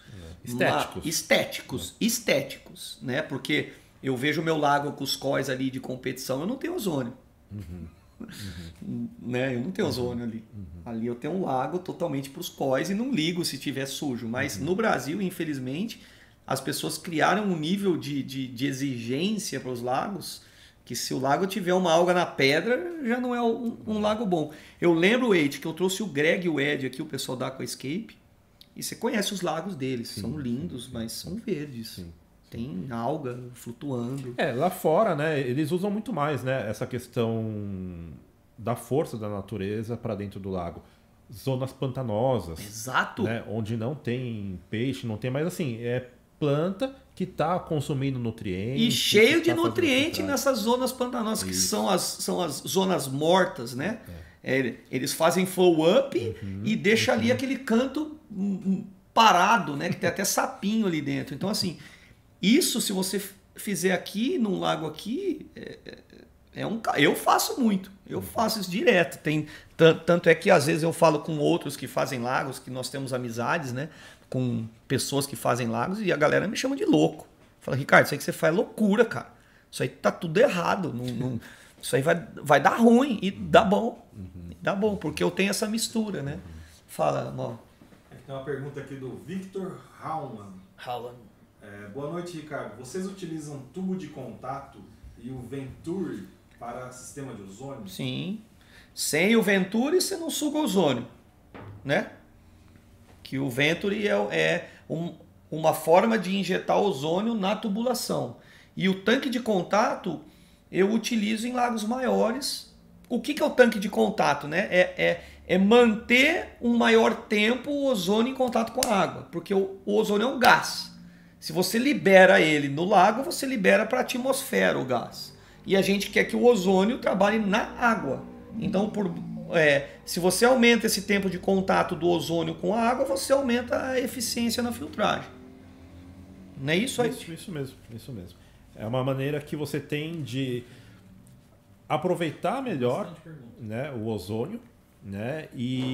estéticos, né? Porque eu vejo o meu lago com os cós ali de competição, eu não tenho ozônio. Né? Eu não tenho ozônio ali. Ali eu tenho um lago totalmente para os cós e não ligo se tiver sujo. Mas no Brasil, infelizmente, as pessoas criaram um nível de exigência para os lagos que se o lago tiver uma alga na pedra, já não é um lago bom. Eu lembro, Eide, que eu trouxe o Greg e o Ed aqui, o pessoal da Aquascape, e você conhece os lagos deles. São lindos, mas são verdes. Tem alga flutuando. Lá fora, né, eles usam muito mais, né, essa questão da força da natureza para dentro do lago. Zonas pantanosas. Exato. Né, onde não tem peixe, não tem mais assim, planta que está consumindo nutrientes. E cheio de nutriente nessas zonas pantanosas, que são as zonas mortas, né? Eles fazem flow up e deixam ali aquele canto parado, né? Que tem até sapinho ali dentro. Então, assim, isso se você fizer aqui, num lago aqui, eu faço muito. Eu faço isso direto. Tanto é que às vezes eu falo com outros que fazem lagos, que nós temos amizades, né? Com pessoas que fazem lagos, e a galera me chama de louco. Fala, Ricardo, isso aí que você faz é loucura, cara. Isso aí tá tudo errado. Isso aí vai dar ruim e dá bom. Dá bom, porque eu tenho essa mistura, né? Fala, Mal. Tem uma pergunta aqui do Victor Hauman. Boa noite, Ricardo. Vocês utilizam tubo de contato e o Venturi para sistema de ozônio? Sim. Sem o Venturi você não suga ozônio, né? Que o Venturi é uma forma de injetar ozônio na tubulação. E o tanque de contato eu utilizo em lagos maiores. O que é o tanque de contato, né? É manter um maior tempo o ozônio em contato com a água, porque o ozônio é um gás. Se você libera ele no lago, você libera para a atmosfera o gás. E a gente quer que o ozônio trabalhe na água. Então, se você aumenta esse tempo de contato do ozônio com a água, você aumenta a eficiência na filtragem. Não é isso aí? Isso mesmo. É uma maneira que você tem de aproveitar melhor, né, o ozônio, né,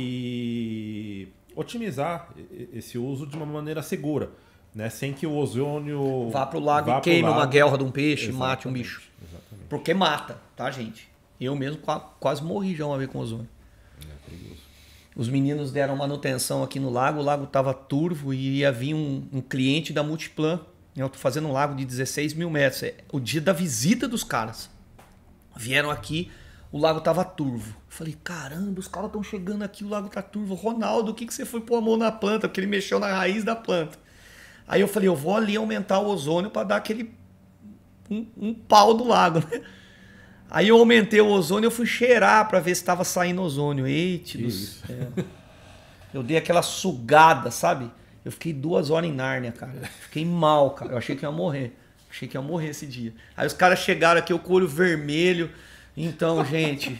e otimizar esse uso de uma maneira segura, né, sem que o ozônio vá para o lago e queime uma guelra de um peixe, exatamente, mate um bicho. Exatamente. Porque mata, tá, gente? Eu mesmo quase morri já uma vez com ozônio. É perigoso. Os meninos deram manutenção aqui no lago, o lago estava turvo e ia vir um cliente da Multiplan. Eu tô fazendo um lago de 16 mil metros. É o dia da visita dos caras. Vieram aqui, o lago tava turvo. Eu falei, caramba, os caras estão chegando aqui, o lago tá turvo. Ronaldo, o que você foi pôr a mão na planta? Porque ele mexeu na raiz da planta. Aí eu falei, eu vou ali aumentar o ozônio para dar aquele um pau do lago, né? Aí eu aumentei o ozônio, eu fui cheirar para ver se estava saindo ozônio. Eita do céu. Eu dei aquela sugada, sabe? Eu fiquei 2 horas em Nárnia, cara. Fiquei mal, cara. Eu achei que ia morrer. Achei que ia morrer esse dia. Aí os caras chegaram aqui, eu com o olho vermelho. Então, gente,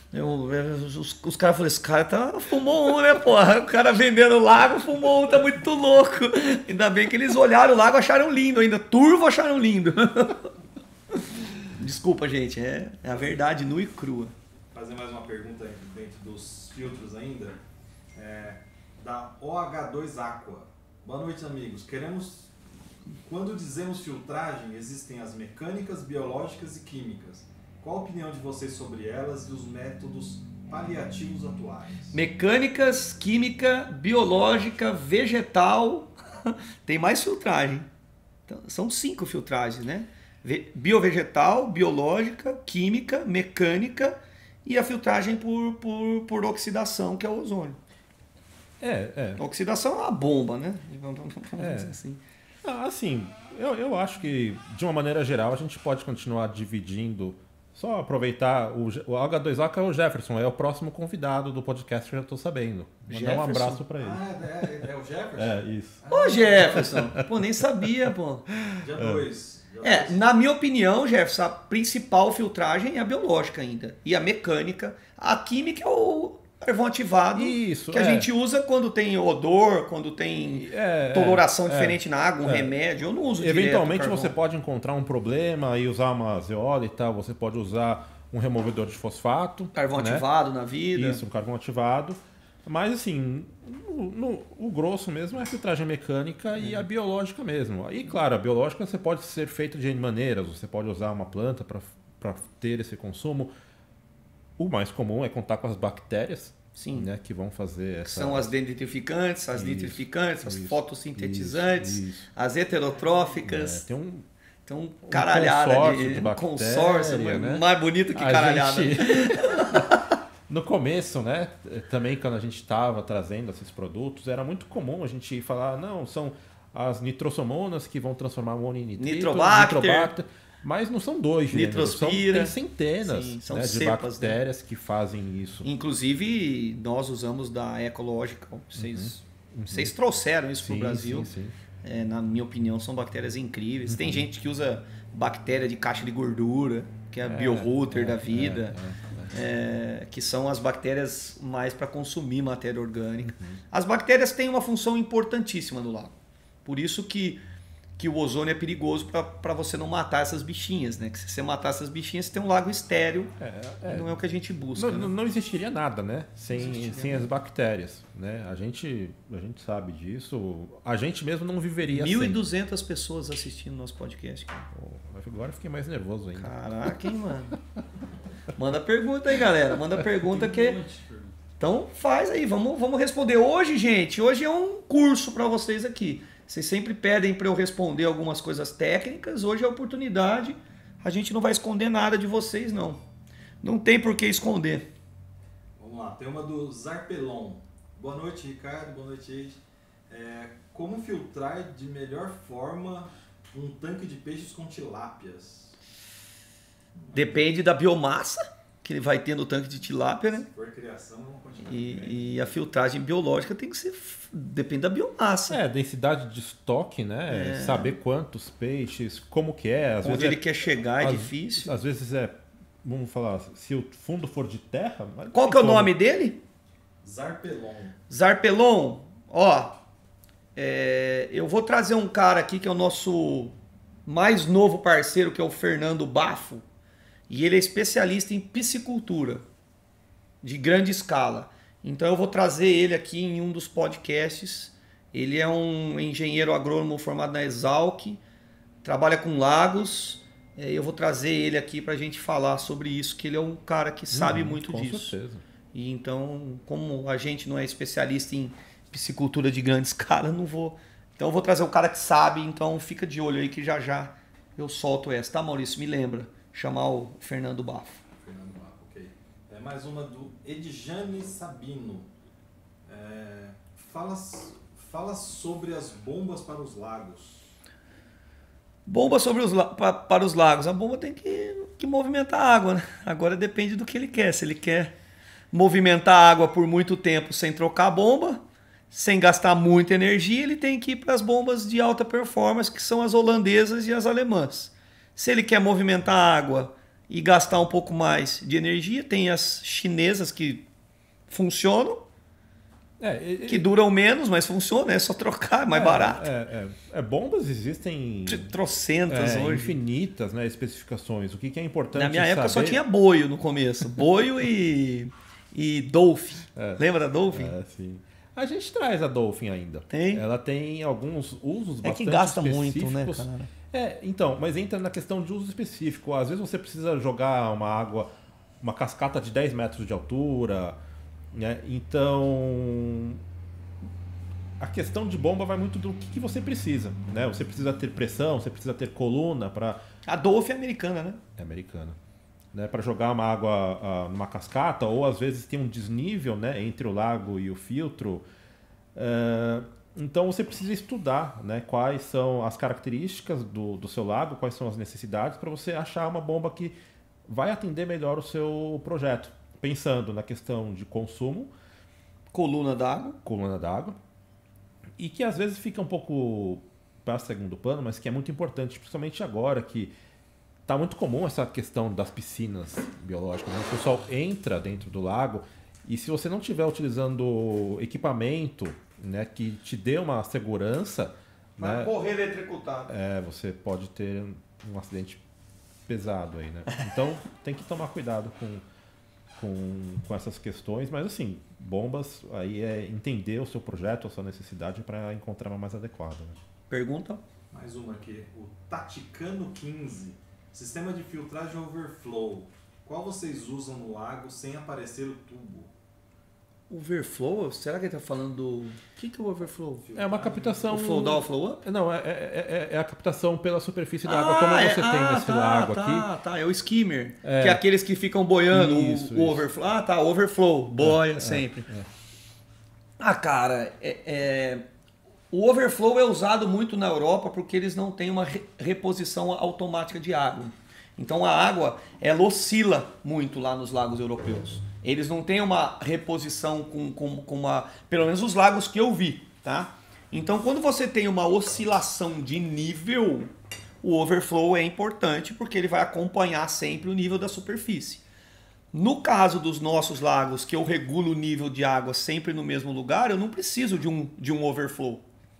os caras falaram, esse cara fumou um, né, porra? O cara vendendo lago, fumou um, tá muito louco. Ainda bem que eles olharam o lago, acharam lindo ainda. Turvo, acharam lindo. Desculpa, gente. É a verdade nua e crua. Fazer mais uma pergunta dentro dos filtros ainda. Da OH2 Aqua. Boa noite, amigos. Quando dizemos filtragem, existem as mecânicas, biológicas e químicas. Qual a opinião de vocês sobre elas e os métodos paliativos atuais? Mecânicas, química, biológica, vegetal. Tem mais filtragem. Então, são 5 filtragens, né? Biovegetal, biológica, química, mecânica e a filtragem por oxidação, que é o ozônio. A oxidação é uma bomba, né? Vamos dizer assim. Assim, eu acho que, de uma maneira geral, a gente pode continuar dividindo. Só aproveitar, o H2A é o Jefferson, é o próximo convidado do podcast que eu já estou sabendo. Mandar um abraço para ele. É o Jefferson? É, isso. Ô, Jefferson! Pô, nem sabia, pô. Dia 2. Na minha opinião, Jefferson, a principal filtragem é a biológica ainda. E a mecânica. A química é o carvão ativado. Isso, que a gente usa quando tem odor, quando tem coloração diferente na água, um remédio. Eu não uso eventualmente direto você pode encontrar um problema e usar uma zeólita, você pode usar um removedor de fosfato. Carvão ativado na vida. Isso, um carvão ativado. Mas assim, o grosso mesmo é a filtragem mecânica e a biológica mesmo. E claro, a biológica você pode ser feita de N maneiras, você pode usar uma planta para ter esse consumo. O mais comum é contar com as bactérias, sim, né, que vão fazer essa... São as denitrificantes, as nitrificantes, as fotossintetizantes, as heterotróficas. Tem um caralhada de bactéria, consórcio, né? Mais bonito que caralhada. No começo, né, também quando a gente estava trazendo esses produtos, era muito comum a gente falar, não, são as nitrosomonas que vão transformar amônia em nitrito, nitrobacter. Mas não são 2 gêneros, tem centenas, sim, são de bactérias, né, que fazem isso. Inclusive, nós usamos da Ecológica. Vocês trouxeram isso para o Brasil. Sim. Na minha opinião, são bactérias incríveis. Tem gente que usa bactéria de caixa de gordura, que é a BioRouter da vida, que são as bactérias mais para consumir matéria orgânica. As bactérias têm uma função importantíssima no lago. Por isso que que o ozônio é perigoso para você não matar essas bichinhas, né? Que se você matar essas bichinhas, você tem um lago estéril, não é o que a gente busca. Não existiria nada, né? Sem as bactérias, né? A gente sabe disso. A gente mesmo não viveria 1.200 pessoas assistindo nosso podcast. Cara. Agora eu fiquei mais nervoso ainda. Caraca, hein, mano? Manda pergunta aí, galera. Manda pergunta que... Então faz aí, vamos responder. Hoje, gente, hoje é um curso para vocês aqui. Vocês sempre pedem para eu responder algumas coisas técnicas. Hoje é a oportunidade. A gente não vai esconder nada de vocês, não. Não tem por que esconder. Vamos lá, tem uma do Zarpelon. Boa noite, Ricardo. Boa noite, Eide. Como filtrar de melhor forma um tanque de peixes com tilápias? Depende da biomassa que ele vai ter no tanque de tilápia, né? Se for criação, vamos continuar. E a filtragem biológica tem que ser... Depende da biomassa. Densidade de estoque, né? Saber quantos peixes, como que é. Às Onde vezes ele quer chegar é difícil. Às vezes vamos falar, se o fundo for de terra... Qual que é o nome dele? Zarpelon. Zarpelon. Ó, eu vou trazer um cara aqui que é o nosso mais novo parceiro, que é o Fernando Bafo. E ele é especialista em piscicultura de grande escala. Então eu vou trazer ele aqui em um dos podcasts. Ele é um engenheiro agrônomo formado na Exalc, trabalha com lagos. Eu vou trazer ele aqui para a gente falar sobre isso, que ele é um cara que sabe muito disso. Com certeza. E então, como a gente não é especialista em piscicultura de grande escala, não vou... Então eu vou trazer um cara que sabe, então fica de olho aí que já já eu solto essa. Tá, Maurício? Me lembra. Chamar o Fernando Bafo. Fernando Bafo, ok. Mais uma do Edjane Sabino. Fala sobre as bombas para os lagos. Bomba para os lagos. A bomba tem que movimentar a água, né? Agora depende do que ele quer. Se ele quer movimentar a água por muito tempo sem trocar a bomba, sem gastar muita energia, ele tem que ir para as bombas de alta performance, que são as holandesas e as alemãs. Se ele quer movimentar a água e gastar um pouco mais de energia, tem as chinesas que funcionam, que duram menos, mas funcionam, é só trocar, é mais barato. Bombas existem trocentas hoje. Infinitas, né, especificações. O que é importante na minha época saber... só tinha boio no começo. Boio e Dolphin. Lembra da Dolphin? Sim. A gente traz a Dolphin ainda. Tem? Ela tem alguns usos bastante que gasta específicos. muito, né, cara? Então, mas entra na questão de uso específico. Às vezes você precisa jogar uma cascata de 10 metros de altura, né? Então, a questão de bomba vai muito do que você precisa, né? Você precisa ter pressão, você precisa ter coluna para... A Dolphin é americana, né? É americana. Né? Para jogar uma água numa cascata, ou às vezes tem um desnível, né, entre o lago e o filtro. Então você precisa estudar, né, quais são as características do seu lago, quais são as necessidades, para você achar uma bomba que vai atender melhor o seu projeto. Pensando na questão de consumo. Coluna d'água. E que às vezes fica um pouco para segundo plano, mas que é muito importante, principalmente agora que está muito comum essa questão das piscinas biológicas. Né? O pessoal entra dentro do lago e se você não estiver utilizando equipamento, né, que te dê uma segurança... Vai, né, correr eletrocutado. Você pode ter um acidente pesado aí, né? Então tem que tomar cuidado com essas questões. Mas assim, bombas aí é entender o seu projeto, a sua necessidade para encontrar uma mais adequada. Né? Pergunta? Mais uma aqui. O Taticano 15. Sistema de filtragem overflow. Qual vocês usam no lago sem aparecer o tubo? Overflow? Será que ele está falando do... O que é o overflow? É uma captação... O flow down, flow up? Não, é a captação pela superfície da água, como você tem nesse lago aqui. É o skimmer, que é aqueles que ficam boiando, o overflow. Overflow, boia sempre. Cara, o overflow é usado muito na Europa porque eles não têm uma reposição automática de água. Então a água, ela oscila muito lá nos lagos europeus. Eles não têm uma reposição com uma... Pelo menos os lagos que eu vi, tá? Então, quando você tem uma oscilação de nível, o overflow é importante porque ele vai acompanhar sempre o nível da superfície. No caso dos nossos lagos, que eu regulo o nível de água sempre no mesmo lugar, eu não preciso de um overflow.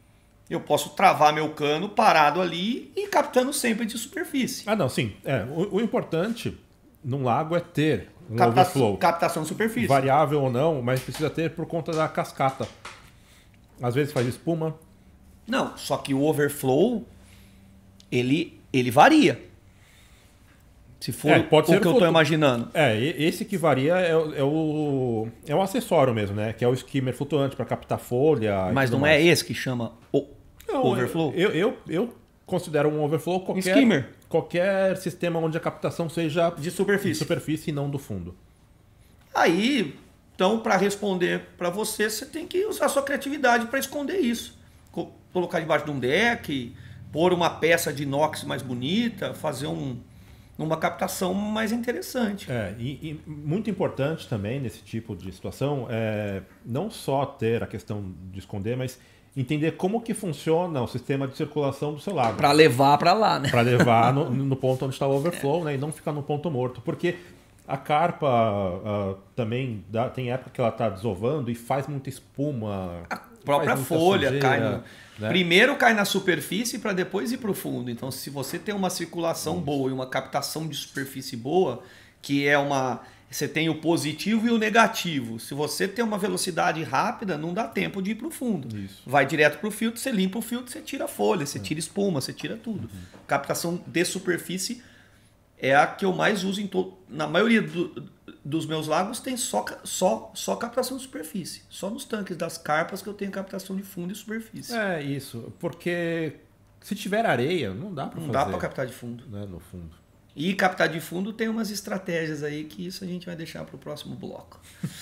eu posso travar meu cano parado ali e captando sempre de superfície. Ah, não, sim. O importante num lago é ter um overflow. Captação de superfície. Variável ou não, mas precisa ter por conta da cascata. Às vezes faz espuma. Não, só que o overflow, ele varia. Se for pode ser o que eu estou imaginando. Esse que varia é o acessório mesmo, né? Que é o skimmer flutuante para captar folha. Mas não é esse que chama overflow? Eu considero um overflow skimmer. Qualquer sistema onde a captação seja de superfície e não do fundo. Aí, então, para responder para você, você tem que usar a sua criatividade para esconder isso. Colocar debaixo de um deck, pôr uma peça de inox mais bonita, fazer uma captação mais interessante. E muito importante também nesse tipo de situação é não só ter a questão de esconder, mas entender como que funciona o sistema de circulação do seu lago. Para levar para lá, né? Para levar no ponto onde está o overflow, né? E não ficar no ponto morto. Porque a carpa também tem época que ela está desovando e faz muita espuma. A própria folha sujeira, cai né? Primeiro cai na superfície para depois ir para o fundo. Então, se você tem uma circulação boa e uma captação de superfície boa, que é você tem o positivo e o negativo. Se você tem uma velocidade rápida, não dá tempo de ir para o fundo. Isso. Vai direto para o filtro, você limpa o filtro, você tira a folha, você tira espuma, você tira tudo. Captação de superfície é a que eu mais uso na maioria dos meus lagos tem só captação de superfície. Só nos tanques das carpas que eu tenho captação de fundo e superfície. É isso, porque se tiver areia, não dá para fazer. Não dá para captar de fundo. Né, no fundo. E captar de fundo tem umas estratégias aí que isso a gente vai deixar para o próximo bloco.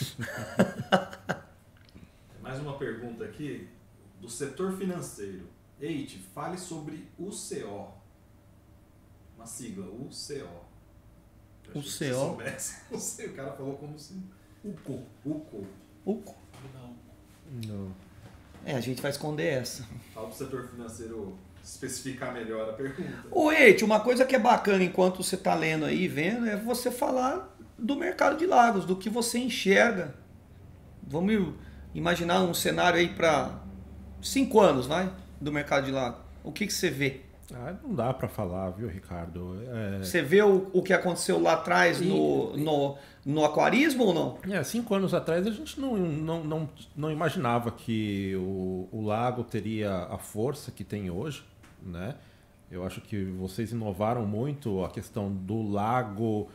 Mais uma pergunta aqui do setor financeiro. Eite, fale sobre UCO. Uma sigla, UCO. UCO? Não sei, o cara falou como se... UCO. UCO? Não. A gente vai esconder essa. Fala pro setor financeiro especificar melhor a pergunta. Ô, Eite, uma coisa que é bacana enquanto você está lendo aí e vendo é você falar do mercado de lagos, do que você enxerga. Vamos imaginar um cenário aí para 5 anos, vai, do mercado de lago. O que você vê? Não dá para falar, viu, Ricardo? Você vê o que aconteceu lá atrás no aquarismo ou não? 5 anos atrás a gente não imaginava que o lago teria a força que tem hoje, né? Eu acho que vocês inovaram muito a questão do lago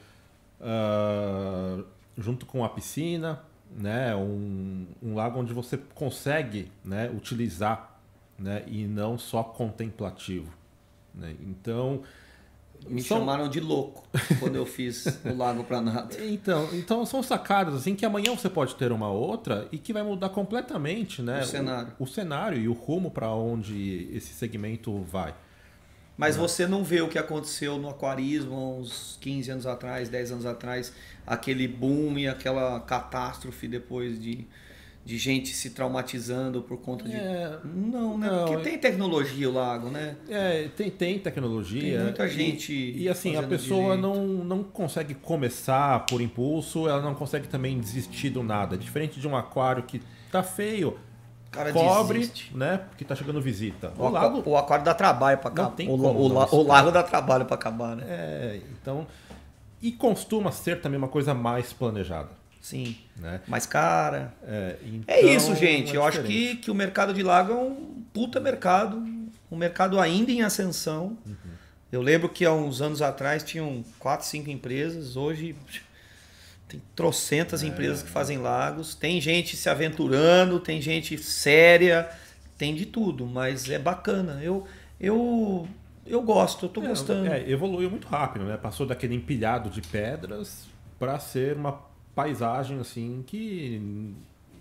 junto com a piscina, né? Um lago onde você consegue, né, utilizar, né, e não só contemplativo. Né? Então me chamaram de louco quando eu fiz o Lago para Nada. Então são sacadas assim que amanhã você pode ter uma outra e que vai mudar completamente, né, o cenário e o rumo para onde esse segmento vai. Mas você não vê o que aconteceu no aquarismo há uns 15 anos atrás, 10 anos atrás, aquele boom e aquela catástrofe depois de gente se traumatizando por conta de... Não, né? Porque tem tecnologia o lago, né? Tem tecnologia. Tem muita gente. E assim, a pessoa não consegue começar por impulso, ela não consegue também desistir do nada. Diferente de um aquário que tá feio, cobre, desiste, né? Porque tá chegando visita. O aquário dá trabalho para acabar. O lago dá trabalho para acabar, né? Então... E costuma ser também uma coisa mais planejada. Sim, né? Mais cara. Então, é isso, gente. Eu acho que o mercado de lago é um puta mercado. Um mercado ainda em ascensão. Eu lembro que há uns anos atrás tinham 4, 5 empresas. Hoje tem trocentas empresas que fazem lagos. Tem gente se aventurando, tem gente séria, tem de tudo. Mas é bacana. Eu gosto, eu tô gostando. Evoluiu muito rápido, né? Passou daquele empilhado de pedras para ser uma paisagem assim que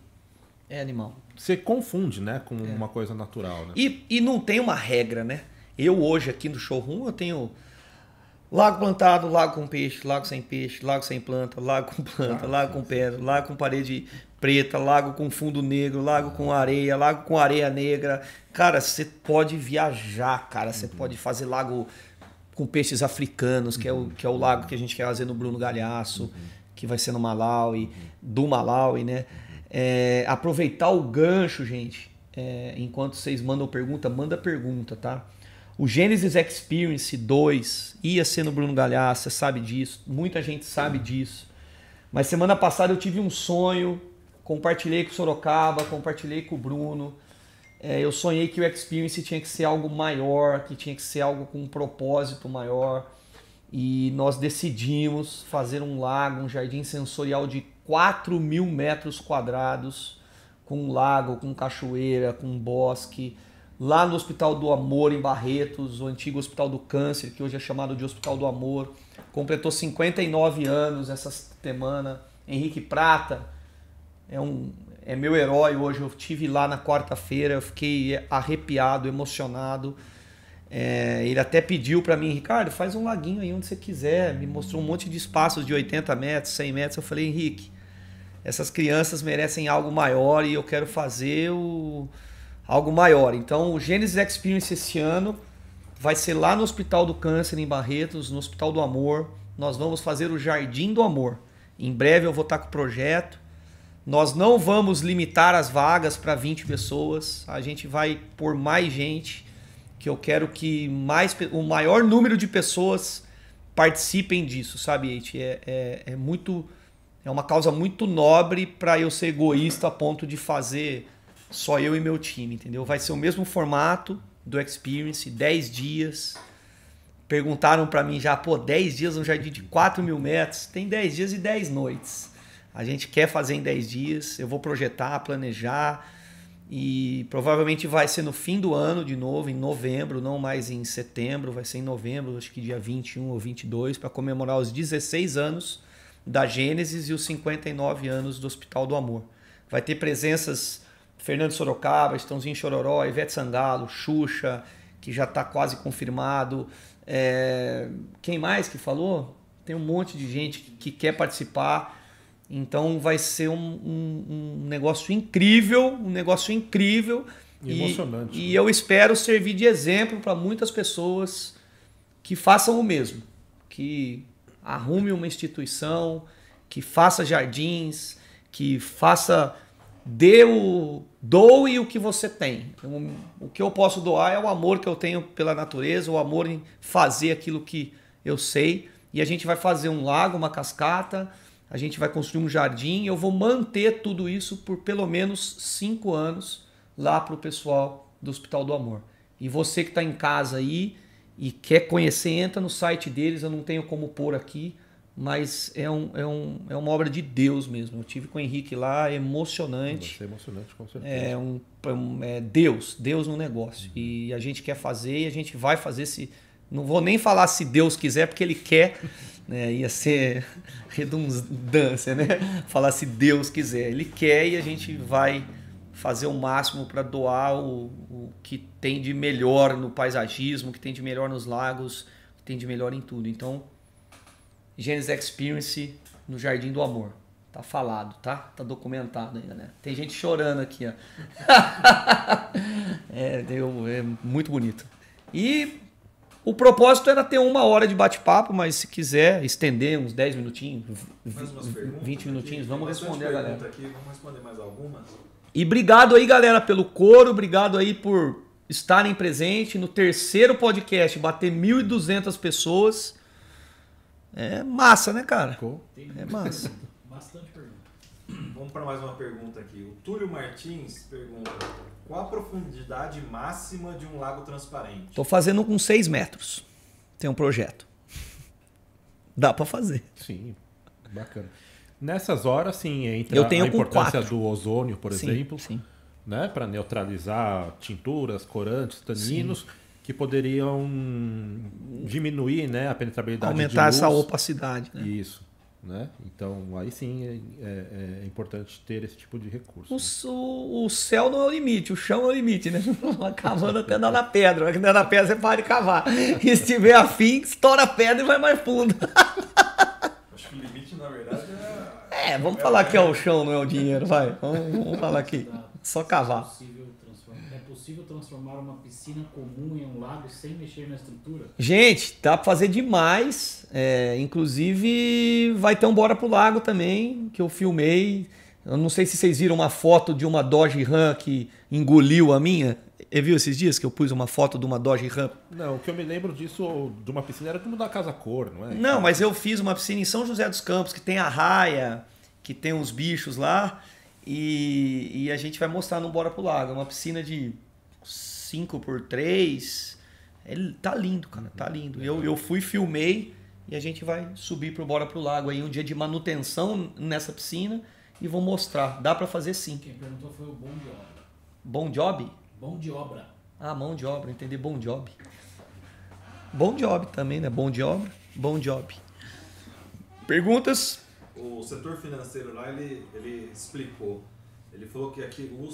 animal. Você confunde, né, com uma coisa natural, né? E não tem uma regra, né? Eu hoje aqui no showroom eu tenho lago plantado, lago com peixe, lago sem peixe, lago sem planta, lago com planta, lago com pedra, lago com parede preta, lago com fundo negro, lago com areia, lago com areia negra. Cara, você pode viajar, cara. Você pode fazer lago com peixes africanos, que é o lago que a gente quer fazer no Bruno Galhaço, que vai ser no Malawi, do Malawi, né? Aproveitar o gancho, gente. enquanto vocês mandam pergunta, manda pergunta, tá? O Genesis Experience 2 ia ser no Bruno Galhaço, você sabe disso, muita gente sabe disso. Mas semana passada eu tive um sonho, compartilhei com o Sorocaba, compartilhei com o Bruno. Eu sonhei que o Experience tinha que ser algo maior, que tinha que ser algo com um propósito maior. E nós decidimos fazer um lago, um jardim sensorial de 4.000 metros quadrados, com um lago, com cachoeira, com bosque, lá no Hospital do Amor, em Barretos, o antigo Hospital do Câncer, que hoje é chamado de Hospital do Amor. Completou 59 anos essa semana. Henrique Prata é meu herói hoje. Eu estive lá na quarta-feira, eu fiquei arrepiado, emocionado. Ele até pediu para mim, Ricardo, faz um laguinho aí onde você quiser. Me mostrou um monte de espaços de 80 metros, 100 metros. Eu falei, Henrique, essas crianças merecem algo maior e eu quero fazer algo maior. Então o Genesis Experience esse ano vai ser lá no Hospital do Câncer, em Barretos, no Hospital do Amor. Nós vamos fazer o Jardim do Amor. Em breve eu vou estar com o projeto. Nós não vamos limitar as vagas para 20 pessoas. A gente vai pôr mais gente, que eu quero que o maior número de pessoas participem disso, sabe, Eite? É uma causa muito nobre para eu ser egoísta a ponto de fazer só eu e meu time, entendeu? Vai ser o mesmo formato do Experience, 10 dias. Perguntaram para mim já, 10 dias no jardim de 4.000 metros? Tem 10 dias e 10 noites. A gente quer fazer em 10 dias, eu vou projetar, planejar e provavelmente vai ser no fim do ano de novo, em novembro, não mais em setembro, vai ser em novembro, acho que dia 21 ou 22, para comemorar os 16 anos da Gênesis e os 59 anos do Hospital do Amor. Vai ter presenças Fernando Sorocaba, Estãozinho Chororó, Ivete Sangalo, Xuxa, que já está quase confirmado. Quem mais que falou? Tem um monte de gente que quer participar. Então vai ser um negócio incrível, e emocionante. E eu espero servir de exemplo para muitas pessoas que façam o mesmo, que arrume uma instituição, que faça jardins, que faça, doe o que você tem. O que eu posso doar é o amor que eu tenho pela natureza, o amor em fazer aquilo que eu sei. E a gente vai fazer um lago, uma cascata, a gente vai construir um jardim. Eu vou manter tudo isso por pelo menos 5 anos lá para o pessoal do Hospital do Amor. E você que está em casa aí e quer conhecer, entra no site deles. Eu não tenho como pôr aqui, mas é uma obra de Deus mesmo. Eu tive com o Henrique lá, emocionante. Vai ser emocionante, com certeza. É Deus no negócio. E a gente quer fazer e a gente vai fazer se... Não vou nem falar se Deus quiser, porque Ele quer, né? Ia ser redundância, né? Falar se Deus quiser. Ele quer e a gente vai fazer o máximo para doar o que tem de melhor no paisagismo, o que tem de melhor nos lagos, o que tem de melhor em tudo. Então, Genesis Experience no Jardim do Amor. Tá falado, tá? Tá documentado ainda, né? Tem gente chorando aqui, ó. É muito bonito. E o propósito era ter 1 hora de bate-papo, mas se quiser estender uns 10 minutinhos, 20 minutinhos, vamos responder a galera. Vamos responder mais algumas. E obrigado aí, galera, pelo coro, obrigado aí por estarem presentes no terceiro podcast, bater 1.200 pessoas. É massa, né, cara? É massa. Bastante pergunta. Vamos para mais uma pergunta aqui. O Túlio Martins pergunta: qual a profundidade máxima de um lago transparente? Tô fazendo com 6 metros. Tem um projeto. Dá para fazer. Sim, bacana. Nessas horas, sim, entra Eu tenho a importância 4. do ozônio, por Sim, exemplo, sim. né, para neutralizar tinturas, corantes, taninos, que poderiam diminuir, né, a penetrabilidade de Aumentar luz. essa opacidade, né? Isso, né? Então, aí sim é importante ter esse tipo de recurso. O céu não é o limite, o chão é o limite, né? Vai cavando até dar na pedra. Vai dar na pedra, você para de cavar. E se tiver afim, estoura a pedra e vai mais fundo. Acho que o limite, na verdade, vamos falar que é o chão, não é o dinheiro, vai. Vamos falar aqui. Só cavar. É possível transformar uma piscina comum em um lago sem mexer na estrutura? Gente, dá pra fazer demais. Inclusive, vai ter um Bora pro Lago também, que eu filmei. Eu não sei se vocês viram uma foto de uma Dodge Ram que engoliu a minha. Viu esses dias que eu pus uma foto de uma Dodge Ram? Não, o que eu me lembro disso, de uma piscina, era como da Casa Cor, não é? Não, mas eu fiz uma piscina em São José dos Campos, que tem a raia, que tem uns bichos lá, e a gente vai mostrar no Bora pro Lago. É uma piscina de 5x3. Tá lindo, cara, tá lindo. Eu fui, filmei, e a gente vai subir pro Bora pro Lago aí, um dia de manutenção nessa piscina, e vou mostrar. Dá pra fazer sim. Quem perguntou foi o Bom de Obra. Bom job? Bom de Obra. Ah, mão de obra, entendi, bom job. Bom job também, né? Bom de obra, bom job. Perguntas? O setor financeiro lá, ele explicou. Ele falou que aqui o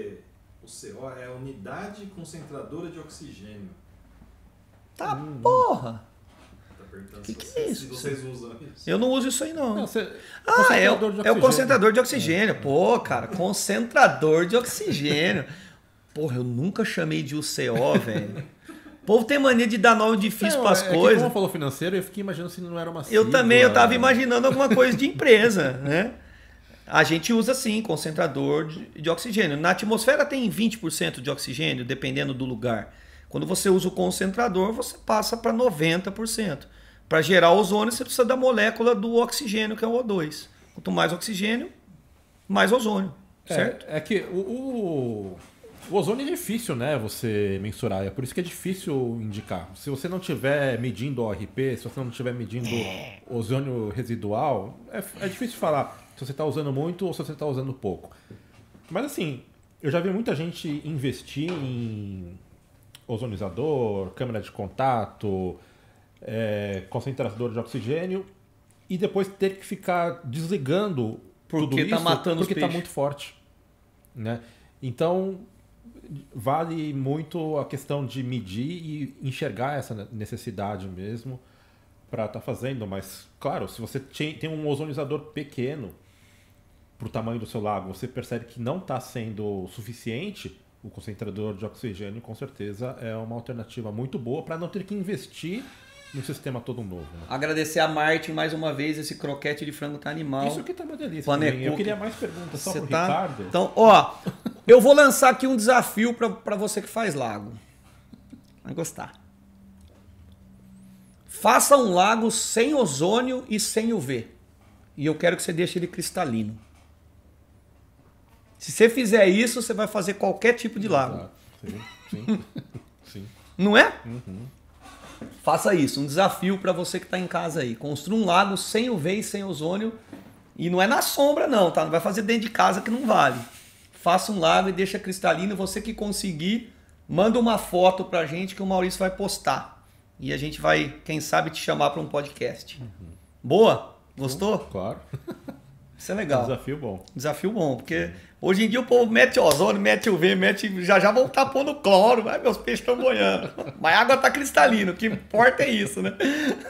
CO é a unidade concentradora de oxigênio. Tá, porra! Tá perguntando Que se é isso? se vocês usam isso. Eu não uso isso aí, não. Não, É o concentrador de oxigênio. Pô, cara, concentrador de oxigênio. Porra, eu nunca chamei de UCO, velho. O povo tem mania de dar nome difícil pras coisas. Como falou financeiro, eu fiquei imaginando se não era uma Eu sigla. também, eu tava imaginando alguma coisa de empresa, né? A gente usa sim concentrador de oxigênio. Na atmosfera tem 20% de oxigênio, dependendo do lugar. Quando você usa o concentrador, você passa para 90%. Para gerar ozônio, você precisa da molécula do oxigênio, que é o O2. Quanto mais oxigênio, mais ozônio, certo? É que o ozônio é difícil, né, você mensurar. É por isso que é difícil indicar. Se você não estiver medindo ORP, se você não estiver medindo ozônio residual, é difícil falar se você está usando muito ou se você está usando pouco. Mas assim, eu já vi muita gente investir em ozonizador, câmera de contato, concentrador de oxigênio e depois ter que ficar desligando tudo Porque isso tá matando os porque está peixes. muito forte, né? Então vale muito a questão de medir e enxergar essa necessidade mesmo para estar fazendo. Mas claro, se você tem um ozonizador pequeno para o tamanho do seu lago, você percebe que não está sendo suficiente, o concentrador de oxigênio com certeza é uma alternativa muito boa para não ter que investir no sistema todo novo. Né? Agradecer a Martin mais uma vez, esse croquete de frango tá animal. Isso aqui tá uma delícia. Paneco. Também. Eu queria mais perguntas só Você pro tá? Ricardo. Então, ó, eu vou lançar aqui um desafio para você que faz lago. Vai gostar. Faça um lago sem ozônio e sem UV. E eu quero que você deixe ele cristalino. Se você fizer isso, você vai fazer qualquer tipo de lago. Exato. Sim. Sim. Não é? Uhum. Faça isso, um desafio para você que está em casa aí. Construa um lago sem UV e sem ozônio. E não é na sombra não, tá? Não vai fazer dentro de casa que não vale. Faça um lago e deixa cristalino. Você que conseguir, manda uma foto pra gente que o Maurício vai postar. E a gente vai, quem sabe, te chamar para um podcast. Boa? Gostou? Claro. Isso é legal. Desafio bom. Desafio bom, porque hoje em dia o povo mete ozônio, mete UV, já vão estar pondo cloro, vai, meus peixes estão boiando. Mas a água está cristalina, o que importa é isso, né?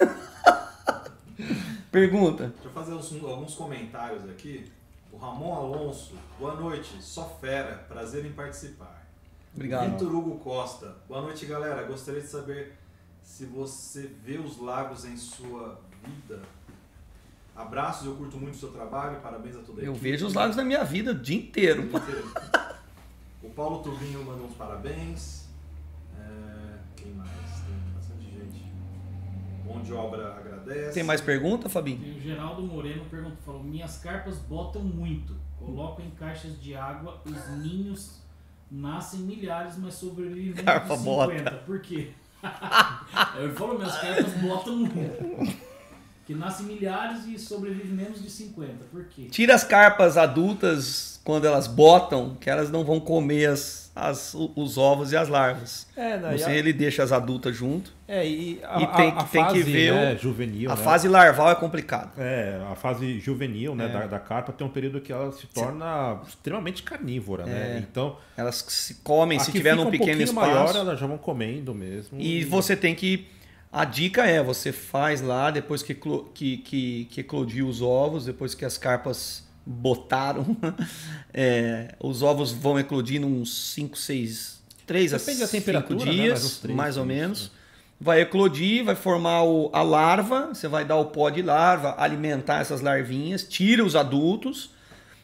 Pergunta. Deixa eu fazer alguns comentários aqui. O Ramon Alonso, boa noite, só fera, prazer em participar. Obrigado. Vitor Hugo Costa, boa noite galera, gostaria de saber se você vê os lagos em sua vida. Abraços, eu curto muito o seu trabalho, parabéns a toda a Eu equipe. vejo os lagos na minha vida o dia inteiro. O Paulo Tubinho mandou uns parabéns. Quem mais? Tem bastante gente. Bom de obra agradece. Tem mais pergunta, Fabinho? E o Geraldo Moreno falou: minhas carpas botam muito. Coloco em caixas de água, os ninhos nascem milhares, mas sobrevivem menos Carpa de 50. bota. Por quê? Ele falou: minhas carpas botam muito. Que nascem milhares e sobrevivem menos de 50. Por quê? Tira as carpas adultas quando elas botam, que elas não vão comer os ovos e as larvas. Você ele deixa as adultas junto. E tem fase, que ver né, juvenil. A né? fase larval é complicado. A fase juvenil, né, da carpa tem um período que ela se torna extremamente carnívora, né? Então elas se comem, se aqui tiver fica num pequeno espaço. maior, elas já vão comendo mesmo. E você tem que... A dica é, você faz lá, depois que eclodiu os ovos, depois que as carpas botaram, os ovos vão eclodir uns 5, 6, 3 a 5 dias, né? Mais ou menos. Vai eclodir, vai formar a larva, você vai dar o pó de larva, alimentar essas larvinhas, tira os adultos,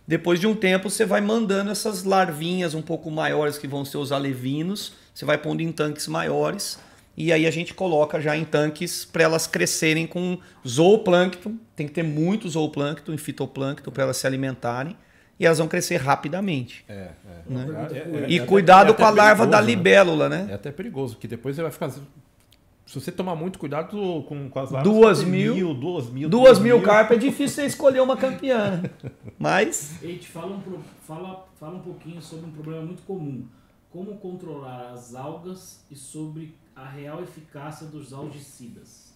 Depois de um tempo, você vai mandando essas larvinhas um pouco maiores, que vão ser os alevinos, você vai pondo em tanques maiores, e aí a gente coloca já em tanques para elas crescerem com zooplâncton. Tem que ter muito zooplâncton e fitoplâncton para elas se alimentarem, e elas vão crescer rapidamente. E cuidado com a larva da libélula, né? É até perigoso, porque depois você vai ficar... Se você tomar muito cuidado com as larvas... 2 mil carpas é difícil você escolher uma campeã. Mas... Eite, fala um pouquinho sobre um problema muito comum. Como controlar as algas e sobre a real eficácia dos algicidas.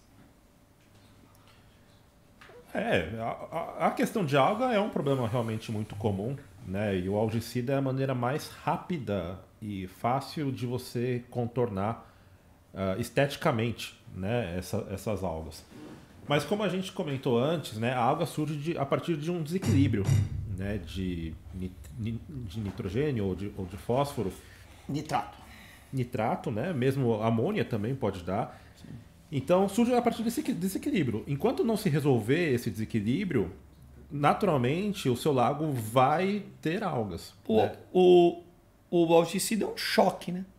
A questão de alga é um problema realmente muito comum, né? E o algicida é a maneira mais rápida e fácil de você contornar esteticamente, né, essas algas. Mas como a gente comentou antes, né, a alga surge a partir de um desequilíbrio, né, de nitrogênio ou de fósforo. Nitrato, né, mesmo amônia também pode dar. Sim. Então surge a partir desse desequilíbrio. Enquanto não se resolver esse desequilíbrio, naturalmente o seu lago vai ter algas. O algicida é um choque, né?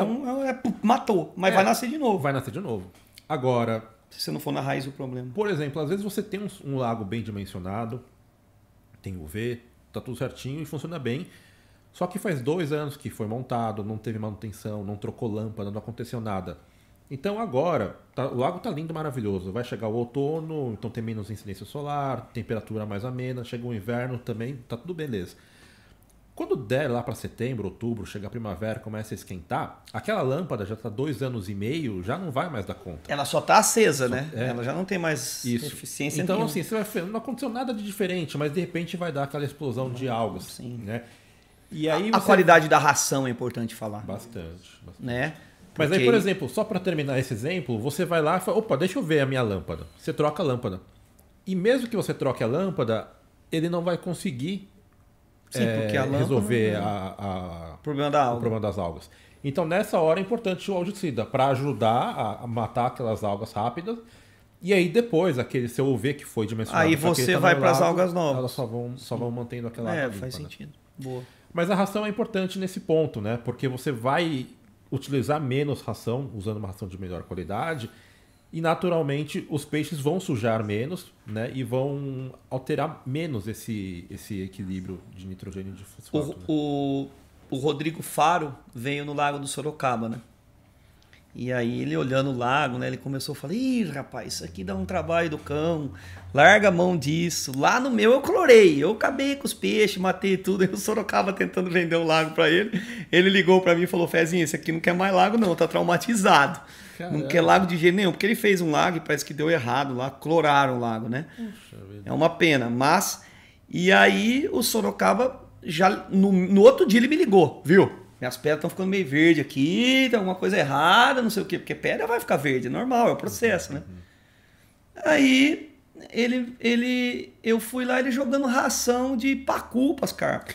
Matou, mas vai nascer de novo. Vai nascer de novo. Agora, se você não for na raiz do problema. Por exemplo, às vezes você tem um lago bem dimensionado, tem UV, tá tudo certinho e funciona bem. Só que faz 2 anos que foi montado, não teve manutenção, não trocou lâmpada, não aconteceu nada. Então agora, o lago tá lindo, maravilhoso. Vai chegar o outono, então tem menos incidência solar, temperatura mais amena, chega o inverno também, tá tudo beleza. Quando der lá para setembro, outubro, chega a primavera, começa a esquentar, aquela lâmpada já está 2 anos e meio, já não vai mais dar conta. Ela só está acesa, né? Ela já não tem mais eficiência então, nenhuma. Assim, você vai ver, não aconteceu nada de diferente, mas de repente vai dar aquela explosão de algas. Sim. Né? E aí a qualidade da ração é importante falar. Bastante. Né? Mas aí, por exemplo, só para terminar esse exemplo, você vai lá e fala, opa, deixa eu ver a minha lâmpada. Você troca a lâmpada. E mesmo que você troque a lâmpada, ele não vai conseguir porque a lâmpada resolver o problema das algas. Então, nessa hora é importante o algicida para ajudar a matar aquelas algas rápidas. E aí, depois, aquele seu UV que foi dimensionado... Aí você vai para as algas novas. Elas só vão mantendo aquela água limpa, faz sentido. Boa. Mas a ração é importante nesse ponto, né? Porque você vai utilizar menos ração, usando uma ração de melhor qualidade... E, naturalmente, os peixes vão sujar menos, né? E vão alterar menos esse equilíbrio de nitrogênio e de fosfato. O Rodrigo Faro veio no Lago do Sorocaba, né? E aí ele olhando o lago, né? Ele começou a falar, ih, rapaz, isso aqui dá um trabalho do cão. Larga a mão disso. Lá no meu eu clorei. Eu acabei com os peixes, matei tudo. Aí o Sorocaba tentando vender o lago para ele. Ele ligou para mim e falou, Fezinho, esse aqui não quer mais lago não, tá traumatizado. Caramba. Não quer lago de jeito nenhum, porque ele fez um lago e parece que deu errado lá, cloraram o lago, né? É uma pena, mas... E aí o Sorocaba, já no outro dia ele me ligou, viu? Minhas pedras estão ficando meio verde aqui, tem alguma coisa errada, não sei o quê, porque pedra vai ficar verde, é normal, é o processo, né? Aí eu fui lá, ele jogando ração de pacu pras carpas.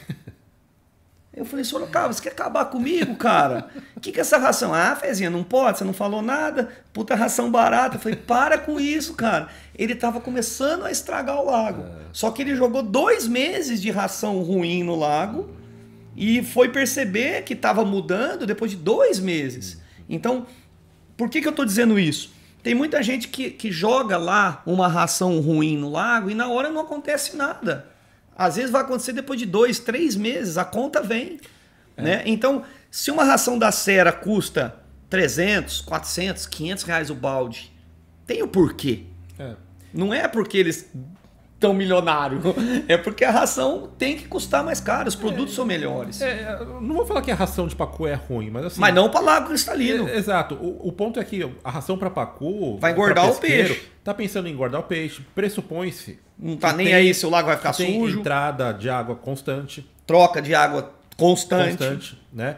Eu falei, Sorocaba, você quer acabar comigo, cara? O que é essa ração? Ah, Fezinha, não pode, você não falou nada. Puta ração barata. Eu falei, para com isso, cara. Ele tava começando a estragar o lago. Só que ele jogou 2 meses de ração ruim no lago e foi perceber que tava mudando depois de 2 meses. Então, por que eu tô dizendo isso? Tem muita gente que joga lá uma ração ruim no lago e na hora não acontece nada. Às vezes vai acontecer depois de 2, 3 meses, a conta vem. Né? Então, se uma ração da Sera custa 300, 400, 500 reais o balde, tem o porquê. Não é porque eles estão milionários, é porque a ração tem que custar mais caro, os produtos são melhores. Não vou falar que a ração de pacu é ruim, mas assim... Mas não para lago cristalino. Exato. O ponto é que a ração para pacu... vai engordar o peixe. Tá pensando em engordar o peixe, pressupõe-se... Não tá nem aí se o lago vai ficar sujo. Tem entrada de água constante. Troca de água constante. Né?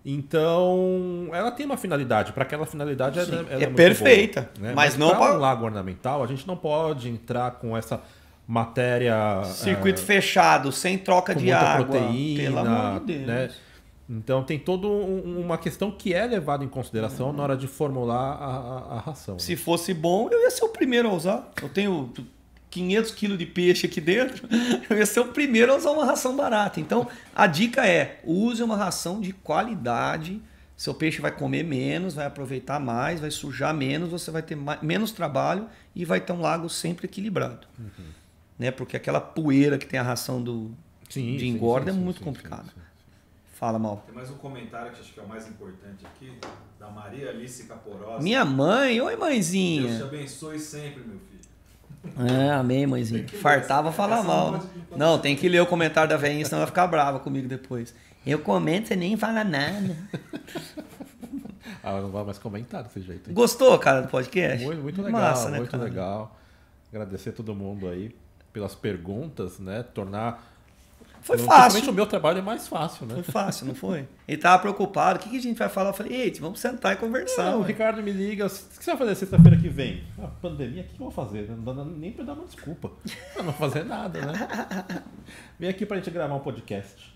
Então, ela tem uma finalidade. Para aquela finalidade, ela é muito perfeita. Boa, né? Mas não para um lago ornamental, a gente não pode entrar com essa matéria... circuito fechado, sem troca de água. Proteína, pelo amor de Deus. Né? Então, tem toda uma questão que é levada em consideração na hora de formular a ração. Se fosse bom, eu ia ser o primeiro a usar. Eu tenho 500 quilos de peixe aqui dentro, eu ia ser o primeiro a usar uma ração barata. Então, a dica é, use uma ração de qualidade. Seu peixe vai comer menos, vai aproveitar mais, vai sujar menos, você vai ter menos trabalho e vai ter um lago sempre equilibrado. Né? Porque aquela poeira que tem a ração de engorda é muito complicado. Fala, Mal. Tem mais um comentário que acho que é o mais importante aqui, da Maria Alice Caporosa. Minha mãe, oi mãezinha. Deus te abençoe sempre, meu filho. Amém, mãezinha. Fartava falar mal. Não, tem que ler o comentário da velhinha, senão ela vai ficar brava comigo depois. Eu comento, você nem fala nada. Ela não vai mais comentar desse jeito. Hein? Gostou, cara, do podcast? Muito legal, Massa, né, muito cara? legal. Agradecer a todo mundo aí pelas perguntas, né? Tornar... Foi Principalmente fácil. o meu trabalho é mais fácil, né? Foi fácil, não foi? Ele tava preocupado. O que a gente vai falar? Eu falei, ei, vamos sentar e conversar. Não, o ué. Ricardo me liga, o que você vai fazer sexta-feira que vem? A pandemia, o que eu vou fazer? Não dá nem pra dar uma desculpa. Pra não fazer nada, né? Vem aqui pra gente gravar um podcast.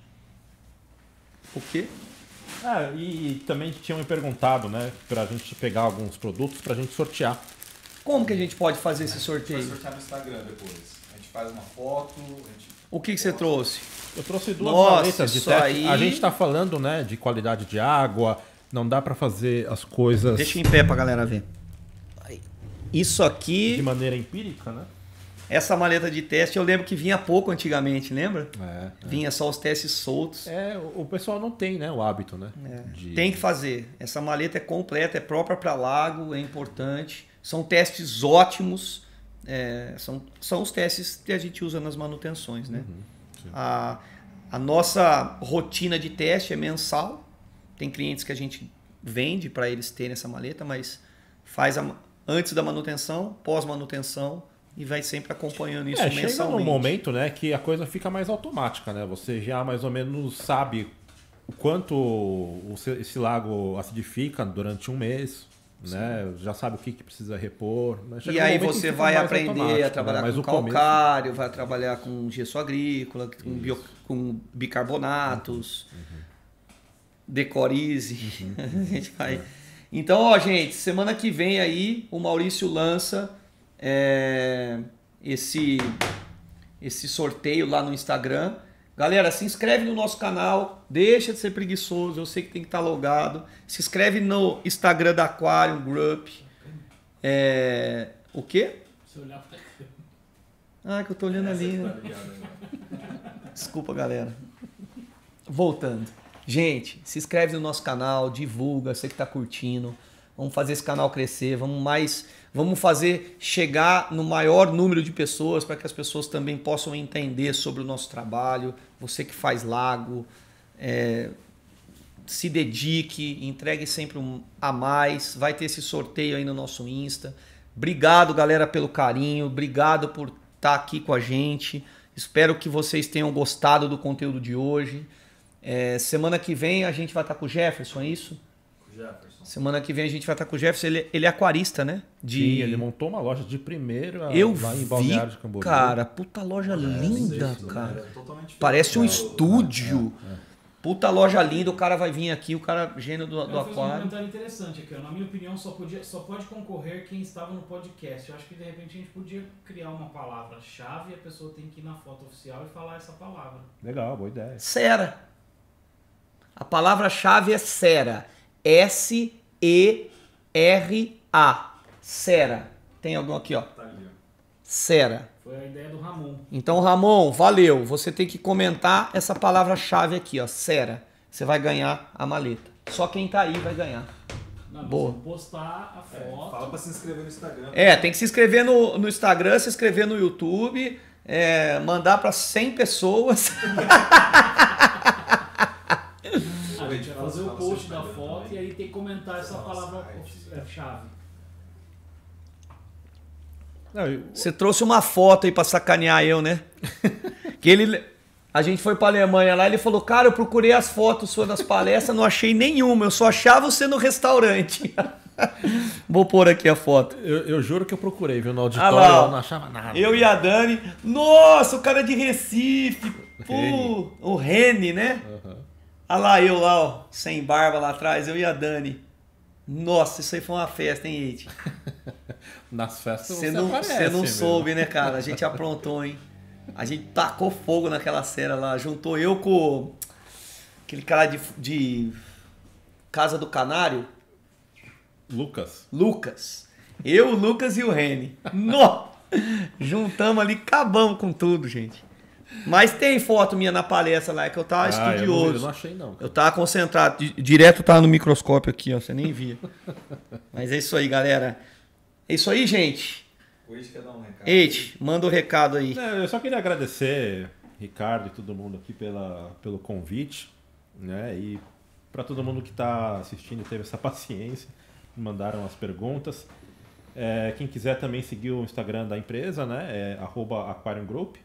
O quê? Ah, e também tinham me perguntado, né? Pra gente pegar alguns produtos pra gente sortear. Como que a gente pode fazer esse Vai sorteio? sortear no Instagram depois. A gente faz uma foto, a gente... O que você trouxe? Eu trouxe duas Nossa, maletas de isso teste. aí- A gente tá falando, né, de qualidade de água. Não dá pra fazer as coisas Deixa em pé pra galera ver. Isso de aqui, maneira empírica, né? essa maleta de teste, eu lembro que vinha pouco antigamente, lembra? É. Vinha só os testes soltos. O pessoal não tem, né, o hábito, né? de- Tem que fazer. Essa maleta é completa, é própria para lago, é importante. São testes ótimos. São os testes que a gente usa nas manutenções, né? sim. A nossa rotina de teste é mensal. Tem clientes que a gente vende para eles terem essa maleta, mas faz antes da manutenção, pós-manutenção e vai sempre acompanhando isso chega mensalmente. num momento, né, que a coisa fica mais automática, né? Você já mais ou menos sabe o quanto esse lago acidifica durante um mês, né? Já sabe o que precisa repor. Mas chega E num aí momento que você fica vai mais aprender automático, a trabalhar né? Mas com o começo- calcário, vai trabalhar com gesso agrícola, com bicarbonatos, decorize. A gente vai... Então, ó, gente, semana que vem aí o Maurício lança esse sorteio lá no Instagram. Galera, se inscreve no nosso canal, deixa de ser preguiçoso, eu sei que tem que estar logado. Se inscreve no Instagram da Aquarium Group. O quê? Se olhar pra câmera. Ah, que eu tô olhando ali, né? Tá ligado, né? Desculpa, galera. Voltando. Gente, se inscreve no nosso canal, divulga, você que tá curtindo. Vamos fazer esse canal crescer, vamos fazer chegar no maior número de pessoas para que as pessoas também possam entender sobre o nosso trabalho. Você que faz lago, se dedique, entregue sempre a mais. Vai ter esse sorteio aí no nosso Insta. Obrigado, galera, pelo carinho. Obrigado por estar aqui com a gente. Espero que vocês tenham gostado do conteúdo de hoje. Semana que vem a gente vai estar com o Jefferson, é isso? Jefferson. Semana que vem a gente vai estar com o Jefferson. Ele é aquarista, né? Sim, ele montou uma loja de primeira Eu lá em vi, Balneário de Camboriú. cara, puta loja linda, Sim, cara. é totalmente diferente. Parece um É, estúdio. Puta loja linda, o cara vai vir aqui, o cara gênio do Eu fiz um aquário. comentário interessante aqui, ó. Na minha opinião, só pode concorrer quem estava no podcast. Eu acho que de repente a gente podia criar uma palavra-chave e a pessoa tem que ir na foto oficial e falar essa palavra. Legal, boa ideia. Cera. A palavra-chave é cera. S-E-R-A. Cera. Tem algum aqui, ó. Tá ali, ó. Cera. Foi a ideia do Ramon. Então, Ramon, valeu. Você tem que comentar essa palavra-chave aqui, ó. Cera. Você vai ganhar a maleta. Só quem tá aí vai ganhar. Não, mas Boa. vamos postar a foto. Fala pra se inscrever no Instagram. Tem que se inscrever no Instagram, se inscrever no YouTube, mandar para 100 pessoas. A gente vai fazer o Fala post seu da Instagram foto também. e aí tem que comentar essa Nossa, palavra-chave. Você trouxe uma foto aí para sacanear eu, né? A gente foi para Alemanha lá, ele falou, cara, eu procurei as fotos suas das palestras, não achei nenhuma, eu só achava você no restaurante. Vou pôr aqui a foto. Eu juro que eu procurei, viu? No Ah auditório lá, ó. eu não achava nada. Eu e a Dani. Nossa, o cara é de Recife. Reni. O Reni, né? Aham. Olha lá eu lá, ó, sem barba lá atrás, eu e a Dani. Nossa, isso aí foi uma festa, hein, Eite? Nas festas Você você não, aparece, você não meu. soube, né, cara? A gente aprontou, hein? A gente tacou fogo naquela cena lá. Juntou eu com aquele cara de Casa do Canário, Lucas. Eu, o Lucas e o Reni. Nó! Juntamos ali, acabamos com tudo, gente. Mas tem foto minha na palestra lá, que eu tava estudioso. Eu não achei, não. Eu tava concentrado. Direto tava no microscópio aqui, ó. Você nem via. Mas é isso aí, galera. É isso aí, gente. O Eite quer dar um recado. Eite, manda o recado aí. Eu só queria agradecer, Ricardo e todo mundo aqui pelo convite, né? E para todo mundo que está assistindo e teve essa paciência, mandaram as perguntas. Quem quiser também seguir o Instagram da empresa, né? É @aquariumgroup.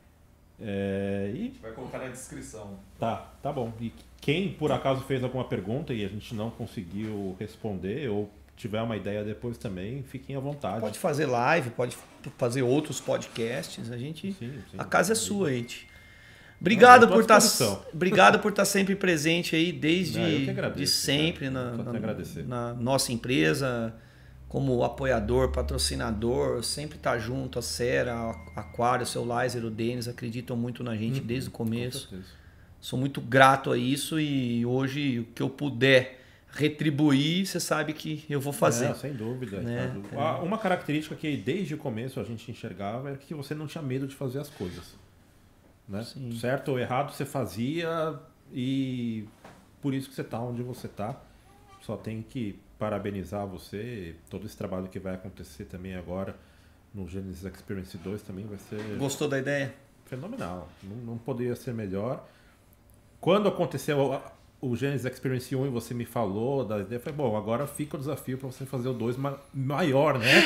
A gente vai colocar na descrição. Tá bom. E quem por acaso fez alguma pergunta e a gente não conseguiu responder ou tiver uma ideia depois também, fiquem à vontade. Pode fazer live, pode fazer outros podcasts. A gente, Sim. a casa é sua, Eite. Obrigado eu tô à por estar, disposição. obrigado por estar sempre presente aí Eu que desde agradeço, de sempre cara. Só tenho a agradecer. na nossa empresa, como apoiador, patrocinador, sempre tá junto, a Sera, a Aquário, o seu Lizer, o Denis, acreditam muito na gente desde o começo. Com certeza. Sou muito grato a isso e hoje o que eu puder retribuir, você sabe que eu vou fazer. Sem dúvida. Né? Ricardo. Uma característica que desde o começo a gente enxergava era que você não tinha medo de fazer as coisas. Né? Certo ou errado você fazia e por isso que você está onde você está. Só tem que parabenizar você, todo esse trabalho que vai acontecer também agora no Genesis Experience 2 também vai ser... Gostou da ideia? Fenomenal, não poderia ser melhor. Quando aconteceu o Genesis Experience 1 e você me falou da ideia, eu falei, bom, agora fica o desafio para você fazer o 2 maior, né?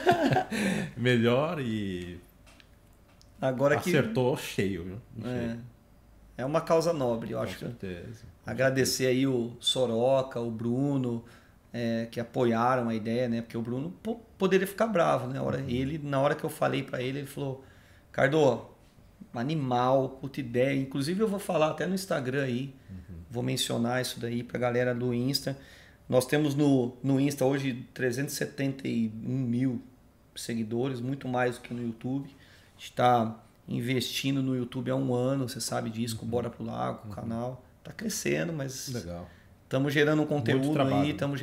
Melhor e Agora acertou cheio, viu? É uma causa nobre, eu acho. Com certeza. Agradecer aí o Soroca, o Bruno, que apoiaram a ideia, né? Porque o Bruno poderia ficar bravo, né? Na hora que eu falei para ele, ele falou, Cardo, animal, puta ideia. Inclusive eu vou falar até no Instagram aí, vou mencionar isso daí pra galera do Insta. Nós temos no Insta hoje 371 mil seguidores, muito mais do que no YouTube. A gente está investindo no YouTube há um ano, você sabe disso, com o Bora Pro Lago, o canal. Tá crescendo, mas legal. Estamos gerando um conteúdo aí, estamos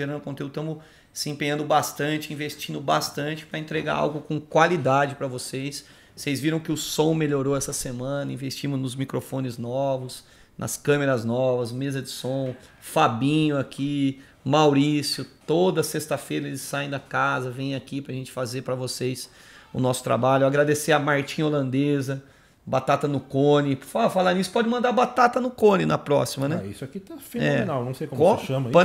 se empenhando bastante, investindo bastante para entregar algo com qualidade para vocês. Vocês viram que o som melhorou essa semana, investimos nos microfones novos, nas câmeras novas, mesa de som, Fabinho aqui, Maurício, toda sexta-feira eles saem da casa, vêm aqui para a gente fazer para vocês o nosso trabalho. Agradecer a Martinha Holandesa, batata no cone. Falar nisso, pode mandar batata no cone na próxima, né? Isso aqui tá fenomenal, não sei como você chama isso.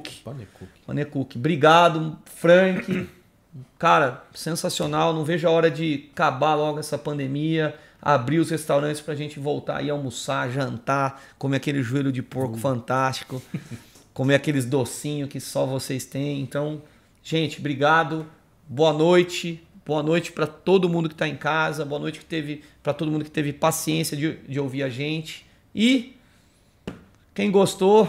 Panekuki. Obrigado, Frank. Cara, sensacional. Não vejo a hora de acabar logo essa pandemia, abrir os restaurantes pra gente voltar e almoçar, jantar, comer aquele joelho de porco fantástico, comer aqueles docinhos que só vocês têm. Então, gente, obrigado. Boa noite. Boa noite para todo mundo que está em casa. Boa noite para todo mundo que teve paciência de ouvir a gente. E quem gostou,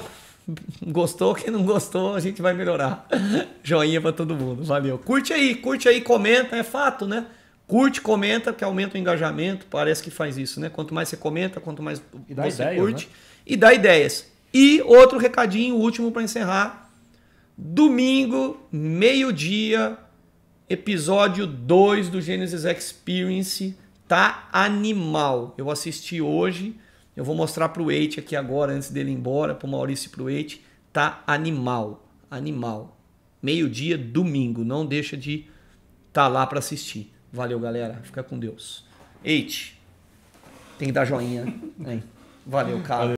quem não gostou, a gente vai melhorar. Joinha para todo mundo. Valeu. Curte aí, comenta, é fato, né? Curte, comenta, que aumenta o engajamento. Parece que faz isso, né? Quanto mais você comenta, quanto mais você ideias, curte. Né? E dá ideias. E outro recadinho, último para encerrar. Domingo, meio-dia, episódio 2 do Genesis Experience. Tá animal. Eu assisti hoje. Eu vou mostrar pro Eite aqui agora, antes dele ir embora, pro Maurício e pro Eite. Tá animal. Animal. Meio-dia, domingo. Não deixa de estar lá para assistir. Valeu, galera. Fica com Deus. Eite, tem que dar joinha. Valeu, cara.